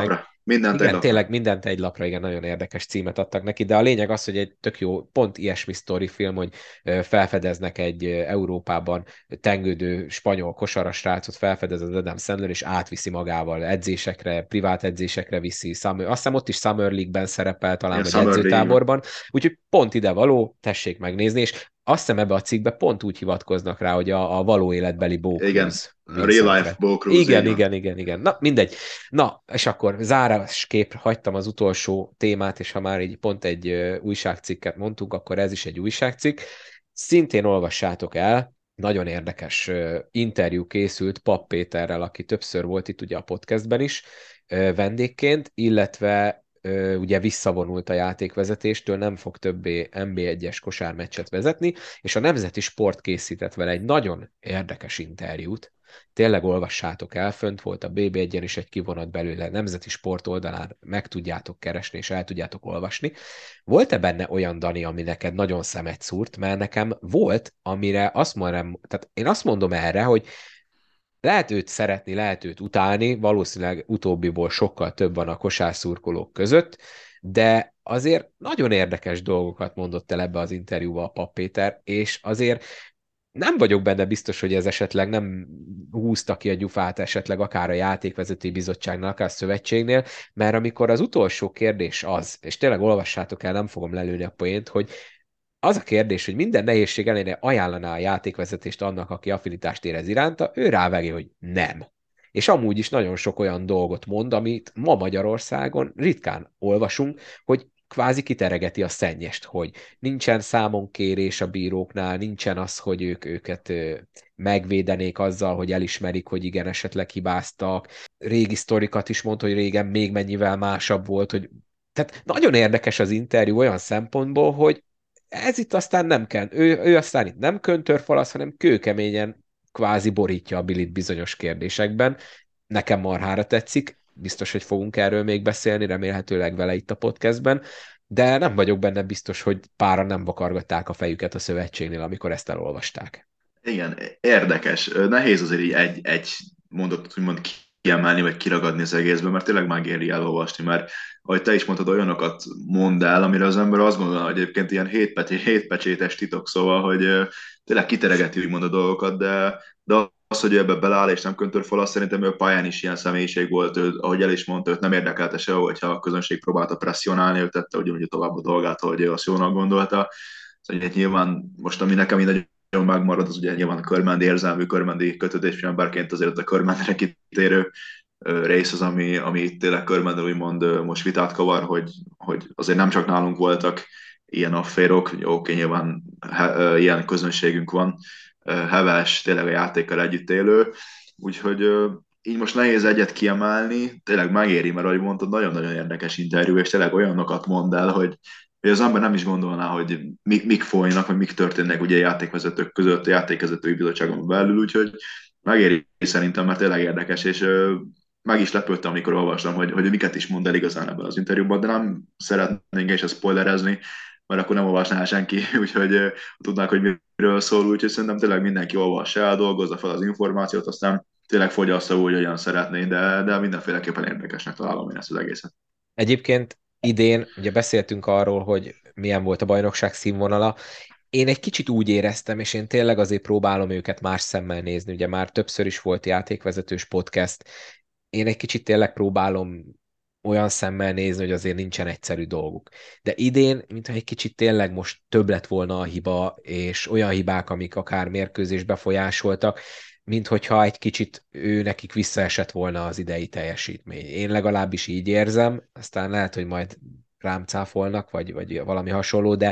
Mindent egy Igen, lapra. tényleg mindent egy lapra, igen, nagyon érdekes címet adtak neki, de a lényeg az, hogy egy tök jó, pont ilyesmi sztori film, hogy ö, felfedeznek egy ö, Európában tengődő spanyol kosaras srácot, felfedez az Adam Sandler, és átviszi magával edzésekre, privát edzésekre viszi. Summer, azt hiszem ott is Summer League-ben szerepel, talán, Igen, vagy Summer League van. edzőtáborban, úgyhogy pont ide való, tessék megnézni, és azt hiszem ebbe a cikkbe pont úgy hivatkoznak rá, hogy a, a való életbeli Bo Igen, Cruz Real Life Vincentre. Bo Cruz, Igen, így van. igen, igen, igen. Na, mindegy. Na, és akkor zárásképp hagytam az utolsó témát, és ha már így pont egy ö, újságcikket mondtunk, akkor ez is egy újságcikk. Szintén olvassátok el, nagyon érdekes ö, interjú készült Papp Péterrel, aki többször volt itt ugye a podcastben is ö, vendégként, illetve ö, ugye visszavonult a játékvezetéstől, nem fog többé en bé egyes kosármeccset vezetni, és a Nemzeti Sport készített vele egy nagyon érdekes interjút. Tényleg olvassátok el, fönt volt a bé bé egyen is egy kivonat belőle, Nemzeti Sport oldalán meg tudjátok keresni, és el tudjátok olvasni. Volt-e benne olyan, Dani, ami neked nagyon szemet szúrt? Mert nekem volt, amire azt mondom, tehát én azt mondom erre, hogy lehet őt szeretni, lehet őt utálni, valószínűleg utóbbiból sokkal több van a kosárszurkolók között, de azért nagyon érdekes dolgokat mondott el ebbe az interjúba a Papp Péter, és azért nem vagyok benne biztos, hogy ez esetleg nem húzta ki a gyufát esetleg akár a játékvezetői bizottságnál, akár a szövetségnél, mert amikor az utolsó kérdés az, és tényleg olvassátok el, nem fogom lelőni a poént, hogy az a kérdés, hogy minden nehézség ellenére ajánlaná a játékvezetést annak, aki affinitást érez iránta, ő rávegi, hogy nem. És amúgy is nagyon sok olyan dolgot mond, amit ma Magyarországon ritkán olvasunk, hogy kvázi kiteregeti a szennyest, hogy nincsen számonkérés a bíróknál, nincsen az, hogy ők őket ö, megvédenék azzal, hogy elismerik, hogy igen, esetleg hibáztak. Régi sztorikat is mond, hogy régen még mennyivel másabb volt, hogy tehát nagyon érdekes az interjú olyan szempontból, hogy ez itt aztán nem kell. Ő, ő aztán itt nem köntörfalasz, hanem kőkeményen kvázi borítja a bilit bizonyos kérdésekben. Nekem marhára tetszik, biztos, hogy fogunk erről még beszélni, remélhetőleg vele itt a podcastben, de nem vagyok benne biztos, hogy páran nem vakargatták a fejüket a szövetségnél, amikor ezt elolvasták. Igen, érdekes. Nehéz azért így egy, egy mondatot úgymond kiemelni, vagy kiragadni az egészből, mert tényleg megéri elolvasni, mert ahogy te is mondtad, olyanokat mond el, amire az ember azt gondolna, hogy egyébként ilyen hétpecsé, hétpecsétes titok, szóval, hogy ö, tényleg kiteregeti úgymond a dolgokat, de, de az, hogy ő ebbe beleáll és nem köntörfal, azt szerintem ő a pályán is ilyen személyiség volt, ő, ahogy el is mondta, őt nem érdekelte se, hogyha a közönség próbálta presszionálni, ő tette ugyanúgy tovább a dolgát, hogy ő azt jónak gondolta. Szóval hát nyilván most, ami nekem így nagyon megmarad, az ugye nyilván a körmendi érzelmű, körmendi kötődésű emberként azért a körmendire kitérő ö, rész az, ami, ami itt tényleg körmendel úgymond ö, most vitát kavar, hogy, hogy azért nem csak nálunk voltak ilyen afférok, oké, okay, nyilván he, ö, ilyen közönségünk van, ö, heves, tényleg a játékkal együtt élő, úgyhogy ö, így most nehéz egyet kiemelni, tényleg megéri, mert ahogy mondtad, nagyon-nagyon érdekes interjú, és tényleg olyanokat mond el, hogy hogy az ember nem is gondolná, hogy mik, mik folynak, vagy mik történnek ugye játékvezetők között, a játékvezetői bizottságon belül, úgyhogy megéri szerintem, mert tényleg érdekes, és ö, meg is lepődtem, amikor olvastam, hogy, hogy miket is mond el igazán ebben az interjúban, de nem szeretnénk is spoilerezni, mert akkor nem olvasná el senki, úgyhogy ö, tudnák, hogy miről szól, úgyhogy szerintem tényleg mindenki olvassa el, dolgozza fel az információt, aztán tényleg fogyassza úgy, hogyan szeretné, de, de mindenféleképpen érdekesnek találom én ezt az egészet. Egyébként idén ugye beszéltünk arról, hogy milyen volt a bajnokság színvonala. Én egy kicsit úgy éreztem, és én tényleg azért próbálom őket más szemmel nézni. Ugye már többször is volt játékvezetős podcast. Én egy kicsit tényleg próbálom olyan szemmel nézni, hogy azért nincsen egyszerű dolguk. De idén, mintha egy kicsit tényleg most több lett volna a hiba, és olyan hibák, amik akár mérkőzést befolyásoltak, mint hogyha egy kicsit ő nekik visszaesett volna az idei teljesítmény. Én legalábbis így érzem, aztán lehet, hogy majd rám cáfolnak, vagy, vagy valami hasonló, de,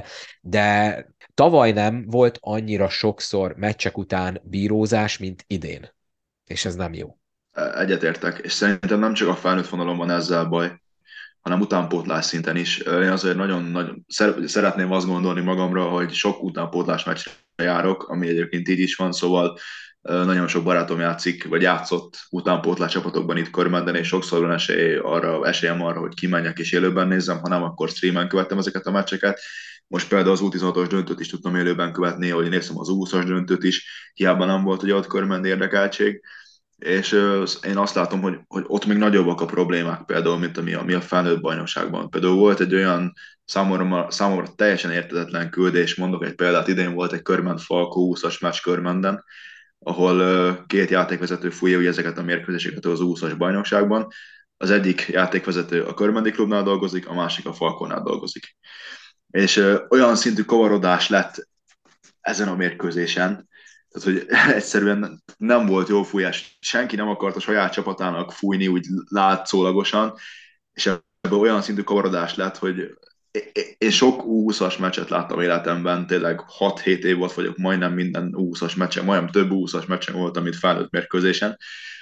de tavaly nem volt annyira sokszor meccsek után bírózás, mint idén. És ez nem jó. Egyetértek, és szerintem nem csak a felnőtt vonalon van ezzel baj, hanem utánpótlás szinten is. Én azért nagyon, nagyon szeretném azt gondolni magamra, hogy sok utánpótlás meccsre járok, ami egyébként így is van, szóval nagyon sok barátom játszik, vagy játszott utánpótlás csapatokban itt Körmenden, és sokszor van esély arra, esélyem arra, hogy kimenjek és élőben nézzem, ha nem, akkor streamen követtem ezeket a meccseket. Most például az U tizenhatos döntőt is tudtam élőben követni, hogy néztem az U húszas döntőt is, hiába nem volt ugye ott Körmendi érdekeltség. és ö, én azt látom, hogy, hogy ott még nagyobbak a problémák például, mint ami a, mi a felnőtt bajnokságban. Például volt egy olyan számomra, számomra teljesen értetetlen küldés, mondok egy példát, idén volt egy Körment Falkó húszas meccs Körmenden, ahol ö, két játékvezető fújja ugye ezeket a mérkőzéseket az húszas bajnokságban. Az egyik játékvezető a Körmendi klubnál dolgozik, a másik a Falkónál dolgozik. És ö, olyan szintű kavarodás lett ezen a mérkőzésen, tehát, hogy egyszerűen nem volt jó fújás. Senki nem akart a saját csapatának fújni úgy látszólagosan, és ebből olyan szintű kavarodás lett, hogy én sok U húszas meccset láttam életemben, tényleg hat-hét év volt vagyok, majdnem minden U húszas meccsen, majdnem több U húszas meccsen voltam, mint felnőtt mérkőzésen,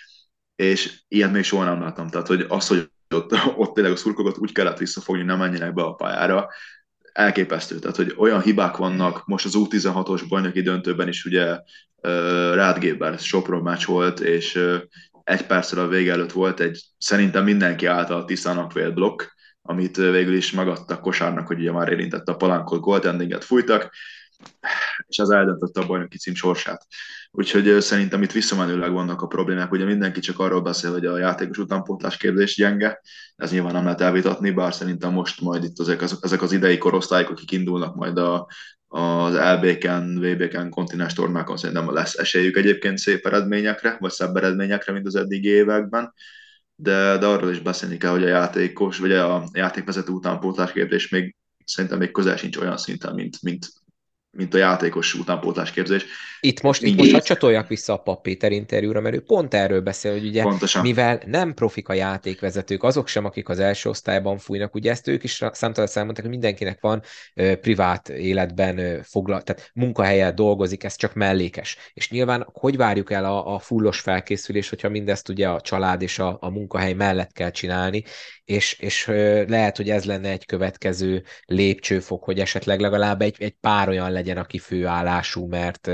és ilyet még soha nem láttam. Tehát, hogy az, hogy ott, ott tényleg a szurkokat úgy kellett visszafogni, nem menjenek be a pályára, elképesztő. Tehát, hogy olyan hibák vannak, most az U tizenhatos bajnoki döntőben is ugye uh, Rád Géber Sopron meccs volt, és uh, egy perccel a vége előtt volt egy szerintem mindenki által tisztának vélt blokk, amit uh, végül is megadtak kosárnak, hogy ugye már érintette a palánkot, goaltendinget fújtak, és az eldöntötte a bajnoki cím sorsát. Úgyhogy uh, szerintem itt visszamenőleg vannak a problémák, ugye mindenki csak arról beszél, hogy a játékos utánpótlás kérdés gyenge, ez nyilván nem lehet elvitatni, bár szerintem most majd itt ezek az, ezek az idei korosztályok, akik indulnak majd a, az el bé-ken, vé bé-ken, kontinens tornákon, szerintem lesz esélyük egyébként szép eredményekre, vagy szebb eredményekre, mint az eddigi években, de, de arról is beszélni kell, hogy a játékos, vagy a játékvezető utánpótlás kérdés még szerintem még közel sincs olyan szinten, mint, mint, mint a játékos utánpótlás képzés. Itt most, itt most hadd csatoljak vissza a Papp Péter interjúra, mert ő pont erről beszél, hogy ugye Pontosan. mivel nem profik a játékvezetők, azok sem, akik az első osztályban fújnak, ugye ezt ők is számtalan elmondták, hogy mindenkinek van ö, privát életben ö, foglal, tehát munkahelyen dolgozik, ez csak mellékes. És nyilván hogy várjuk el a, a fullos felkészülés, hogyha mindezt ugye a család és a, a munkahely mellett kell csinálni, és, és ö, lehet, hogy ez lenne egy következő lépcsőfok, hogy esetleg legalább egy, egy pár olyan legyen, aki főállású, mert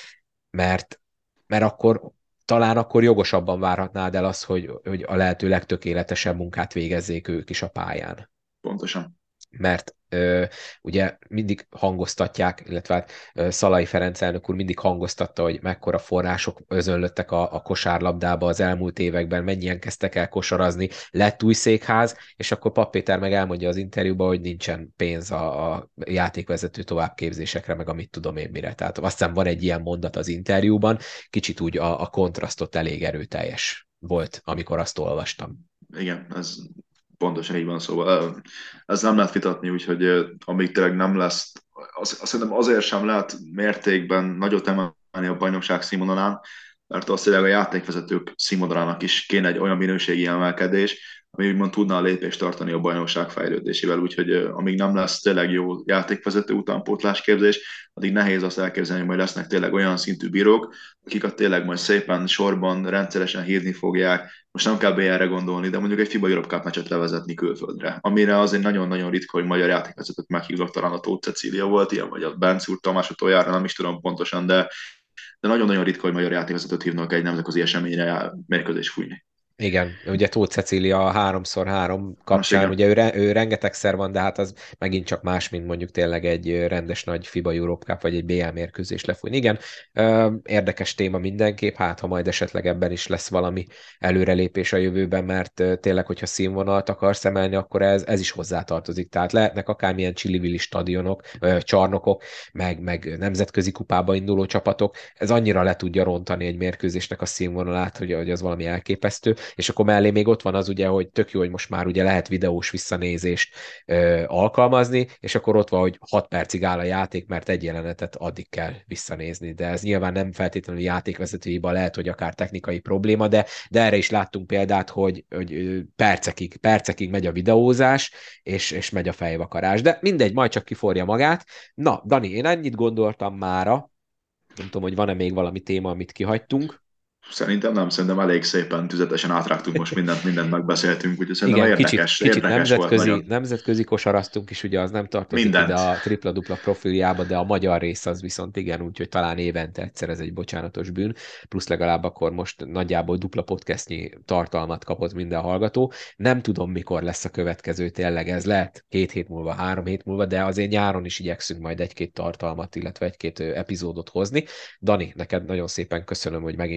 mert, mert akkor talán akkor jogosabban várhatnád el azt, hogy, hogy a lehető legtökéletesebb munkát végezzék ők is a pályán. Pontosan. Mert ö, ugye mindig hangoztatják, illetve hát, ö, Szalai Ferenc elnök úr mindig hangoztatta, hogy mekkora források özönlöttek a, a kosárlabdába az elmúlt években, mennyien kezdtek el kosarazni, lett új székház, és akkor Papp Péter meg elmondja az interjúban, hogy nincsen pénz a, a játékvezető továbbképzésekre, meg amit tudom én mire. Tehát azt hiszem van egy ilyen mondat az interjúban, kicsit úgy a, a kontrasztot elég erőteljes volt, amikor azt olvastam. Igen, ez pontosan így van, szóval ez nem lehet vitatni, úgyhogy amíg tényleg nem lesz, az, azt szerintem azért sem lehet mértékben nagyot emelni a bajnokság színvonalán, mert azt tényleg a játékvezetők színvonalának is kéne egy olyan minőségi emelkedés, ami úgymond tudna a lépést tartani a bajnokság fejlődésével, úgyhogy amíg nem lesz tényleg jó játékvezető utánpótlás képzés, addig nehéz azt elképzelni, hogy majd lesznek tényleg olyan szintű bírók, akiket tényleg majd szépen sorban, rendszeresen hívni fogják. Most nem kell bé er-re gondolni, de mondjuk egy FIBA Europe Cup meccset levezetni külföldre, amire azért nagyon-nagyon ritka, hogy magyar játékvezetőt meghívnak, talán a Tóth Cecília volt ilyen, vagy a Bence úr Tamás utoljára, nem is tudom pontosan, de, de nagyon-nagyon ritka, hogy magyar játékvezetőt hívnak egy nemzetközi eseményre mérkőzés fújni. Igen, ugye Tóth Cecília a háromszor három kapcsán, most ugye ő, re, ő rengetegszer van, de hát az megint csak más, mint mondjuk tényleg egy rendes nagy FIBA Europe Cup, vagy egy bé el mérkőzés lefújni. Igen, érdekes téma mindenképp, hát ha majd esetleg ebben is lesz valami előrelépés a jövőben, mert tényleg, hogyha színvonalat akarsz emelni, akkor ez, ez is hozzátartozik. Tehát lehetnek akármilyen csili-vili stadionok, csarnokok, meg, meg nemzetközi kupába induló csapatok, ez annyira le tudja rontani egy mérkőzésnek a színvonalát, hogy, hogy az valami elképesztő. És akkor mellé még ott van az ugye, hogy tök jó, hogy most már ugye lehet videós visszanézést ö, alkalmazni, és akkor ott van, hogy hat percig áll a játék, mert egy jelenetet addig kell visszanézni. De ez nyilván nem feltétlenül játékvezetői hiba, lehet, hogy akár technikai probléma, de, de erre is láttunk példát, hogy, hogy percekig, percekig megy a videózás, és, és megy a fejvakarás. De mindegy, majd csak kiforja magát. Na, Dani, én ennyit gondoltam mára. Nem tudom, hogy van-e még valami téma, amit kihagytunk. Szerintem nem, szerintem elég szépen, tüzetesen átrágtunk most mindent, mindent megbeszéltünk, úgyhogy szerintem igen, érdekes, kicsit, kicsit érdekes nemzetközi, volt nemzetközi kosaraztunk is, ugye az nem tartozik mindent. ide a tripla-dupla profiljába, de a magyar rész az viszont igen, úgyhogy talán évente egyszer ez egy bocsánatos bűn, plusz legalább akkor most nagyjából dupla podcastnyi tartalmat kapott minden hallgató. Nem tudom, mikor lesz a következő, tényleg ez lehet két hét múlva, három hét múlva, de azért nyáron is igyekszünk majd egy-két tartalmat, illetve egy-két epizódot hozni. Dani, neked nagyon szépen köszönöm, hogy megint csak itt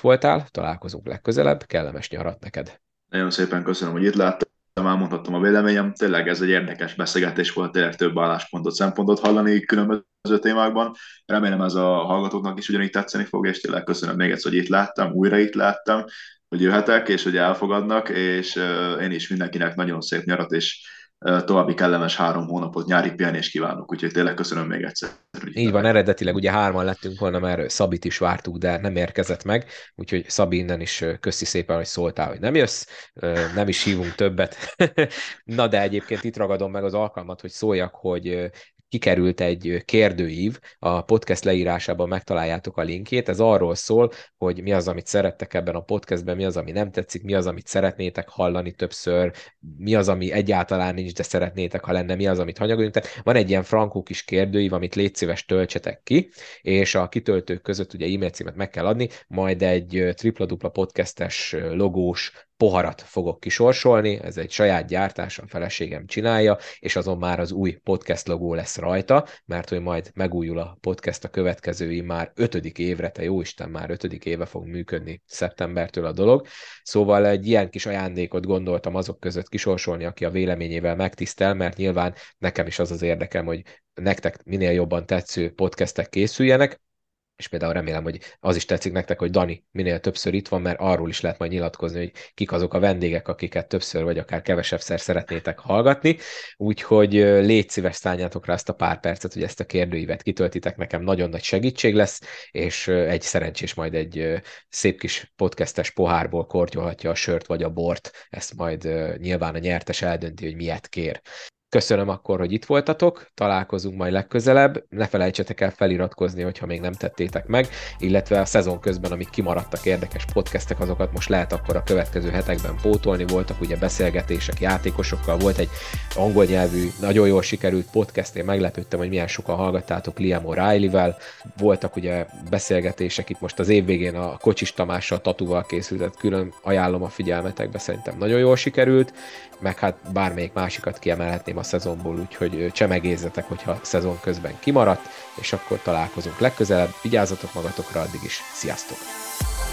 voltál, találkozunk legközelebb, kellemes nyarat neked. Nagyon szépen köszönöm, hogy itt láttam, elmondhattam a véleményem. Tényleg ez egy érdekes beszélgetés volt, tényleg több álláspontot, szempontot hallani különböző témákban. Remélem ez a hallgatóknak is ugyanígy tetszeni fog, és tényleg köszönöm még egyszer, hogy itt láttam, újra itt láttam, hogy jöhetek, és hogy elfogadnak, és én is mindenkinek nagyon szép nyarat, és további kellemes három hónapot, nyári pihenést kívánok, úgyhogy tényleg köszönöm még egyszer. Így van, eredetileg ugye hárman lettünk volna, mert Szabit is vártuk, de nem érkezett meg, úgyhogy Szabi, innen is köszi szépen, hogy szóltál, hogy nem jössz, nem is hívunk többet. Na de egyébként itt ragadom meg az alkalmat, hogy szóljak, hogy kikerült egy kérdőív, a podcast leírásában megtaláljátok a linkjét, ez arról szól, hogy mi az, amit szerettek ebben a podcastben, mi az, ami nem tetszik, mi az, amit szeretnétek hallani többször, mi az, ami egyáltalán nincs, de szeretnétek, ha lenne, mi az, amit hanyagolunk. Tehát van egy ilyen frankó kis kérdőív, amit légy szíves töltsetek ki, és a kitöltők között ugye e-mail címet meg kell adni, majd egy tripla-dupla podcastes logós poharat fogok kisorsolni, ez egy saját gyártás, a feleségem csinálja, és azon már az új podcast logó lesz rajta, mert hogy majd megújul a podcast a következői már ötödik évre, te jóisten, már ötödik éve fog működni szeptembertől a dolog. Szóval egy ilyen kis ajándékot gondoltam azok között kisorsolni, aki a véleményével megtisztel, mert nyilván nekem is az az érdekem, hogy nektek minél jobban tetsző podcastek készüljenek, és például remélem, hogy az is tetszik nektek, hogy Dani minél többször itt van, mert arról is lehet majd nyilatkozni, hogy kik azok a vendégek, akiket többször vagy akár kevesebbszer szeretnétek hallgatni. Úgyhogy légy szíves, szálljátok rá ezt a pár percet, hogy ezt a kérdőívet kitöltitek, nekem nagyon nagy segítség lesz, és egy szerencsés majd egy szép kis podcastes pohárból kortyolhatja a sört vagy a bort, ezt majd nyilván a nyertes eldönti, hogy miért kér. Köszönöm akkor, hogy itt voltatok, találkozunk majd legközelebb, ne felejtsetek el feliratkozni, hogyha még nem tettétek meg, illetve a szezon közben, amik kimaradtak érdekes podcastek, azokat most lehet akkor a következő hetekben pótolni, voltak ugye beszélgetések játékosokkal, volt egy angol nyelvű, nagyon jól sikerült podcast, én meglepődtem, hogy milyen sokan hallgattátok Liam O'Reillyvel, voltak ugye beszélgetések itt most az év végén a Kocsis Tamással, Tatuval készült, külön ajánlom a figyelmetekbe, szerintem nagyon jól sikerült, meg hát bármelyik másikat kiemelhetném a szezonból, úgyhogy csemegézzetek, hogyha szezon közben kimaradt, és akkor találkozunk legközelebb. Vigyázzatok magatokra, addig is. Sziasztok!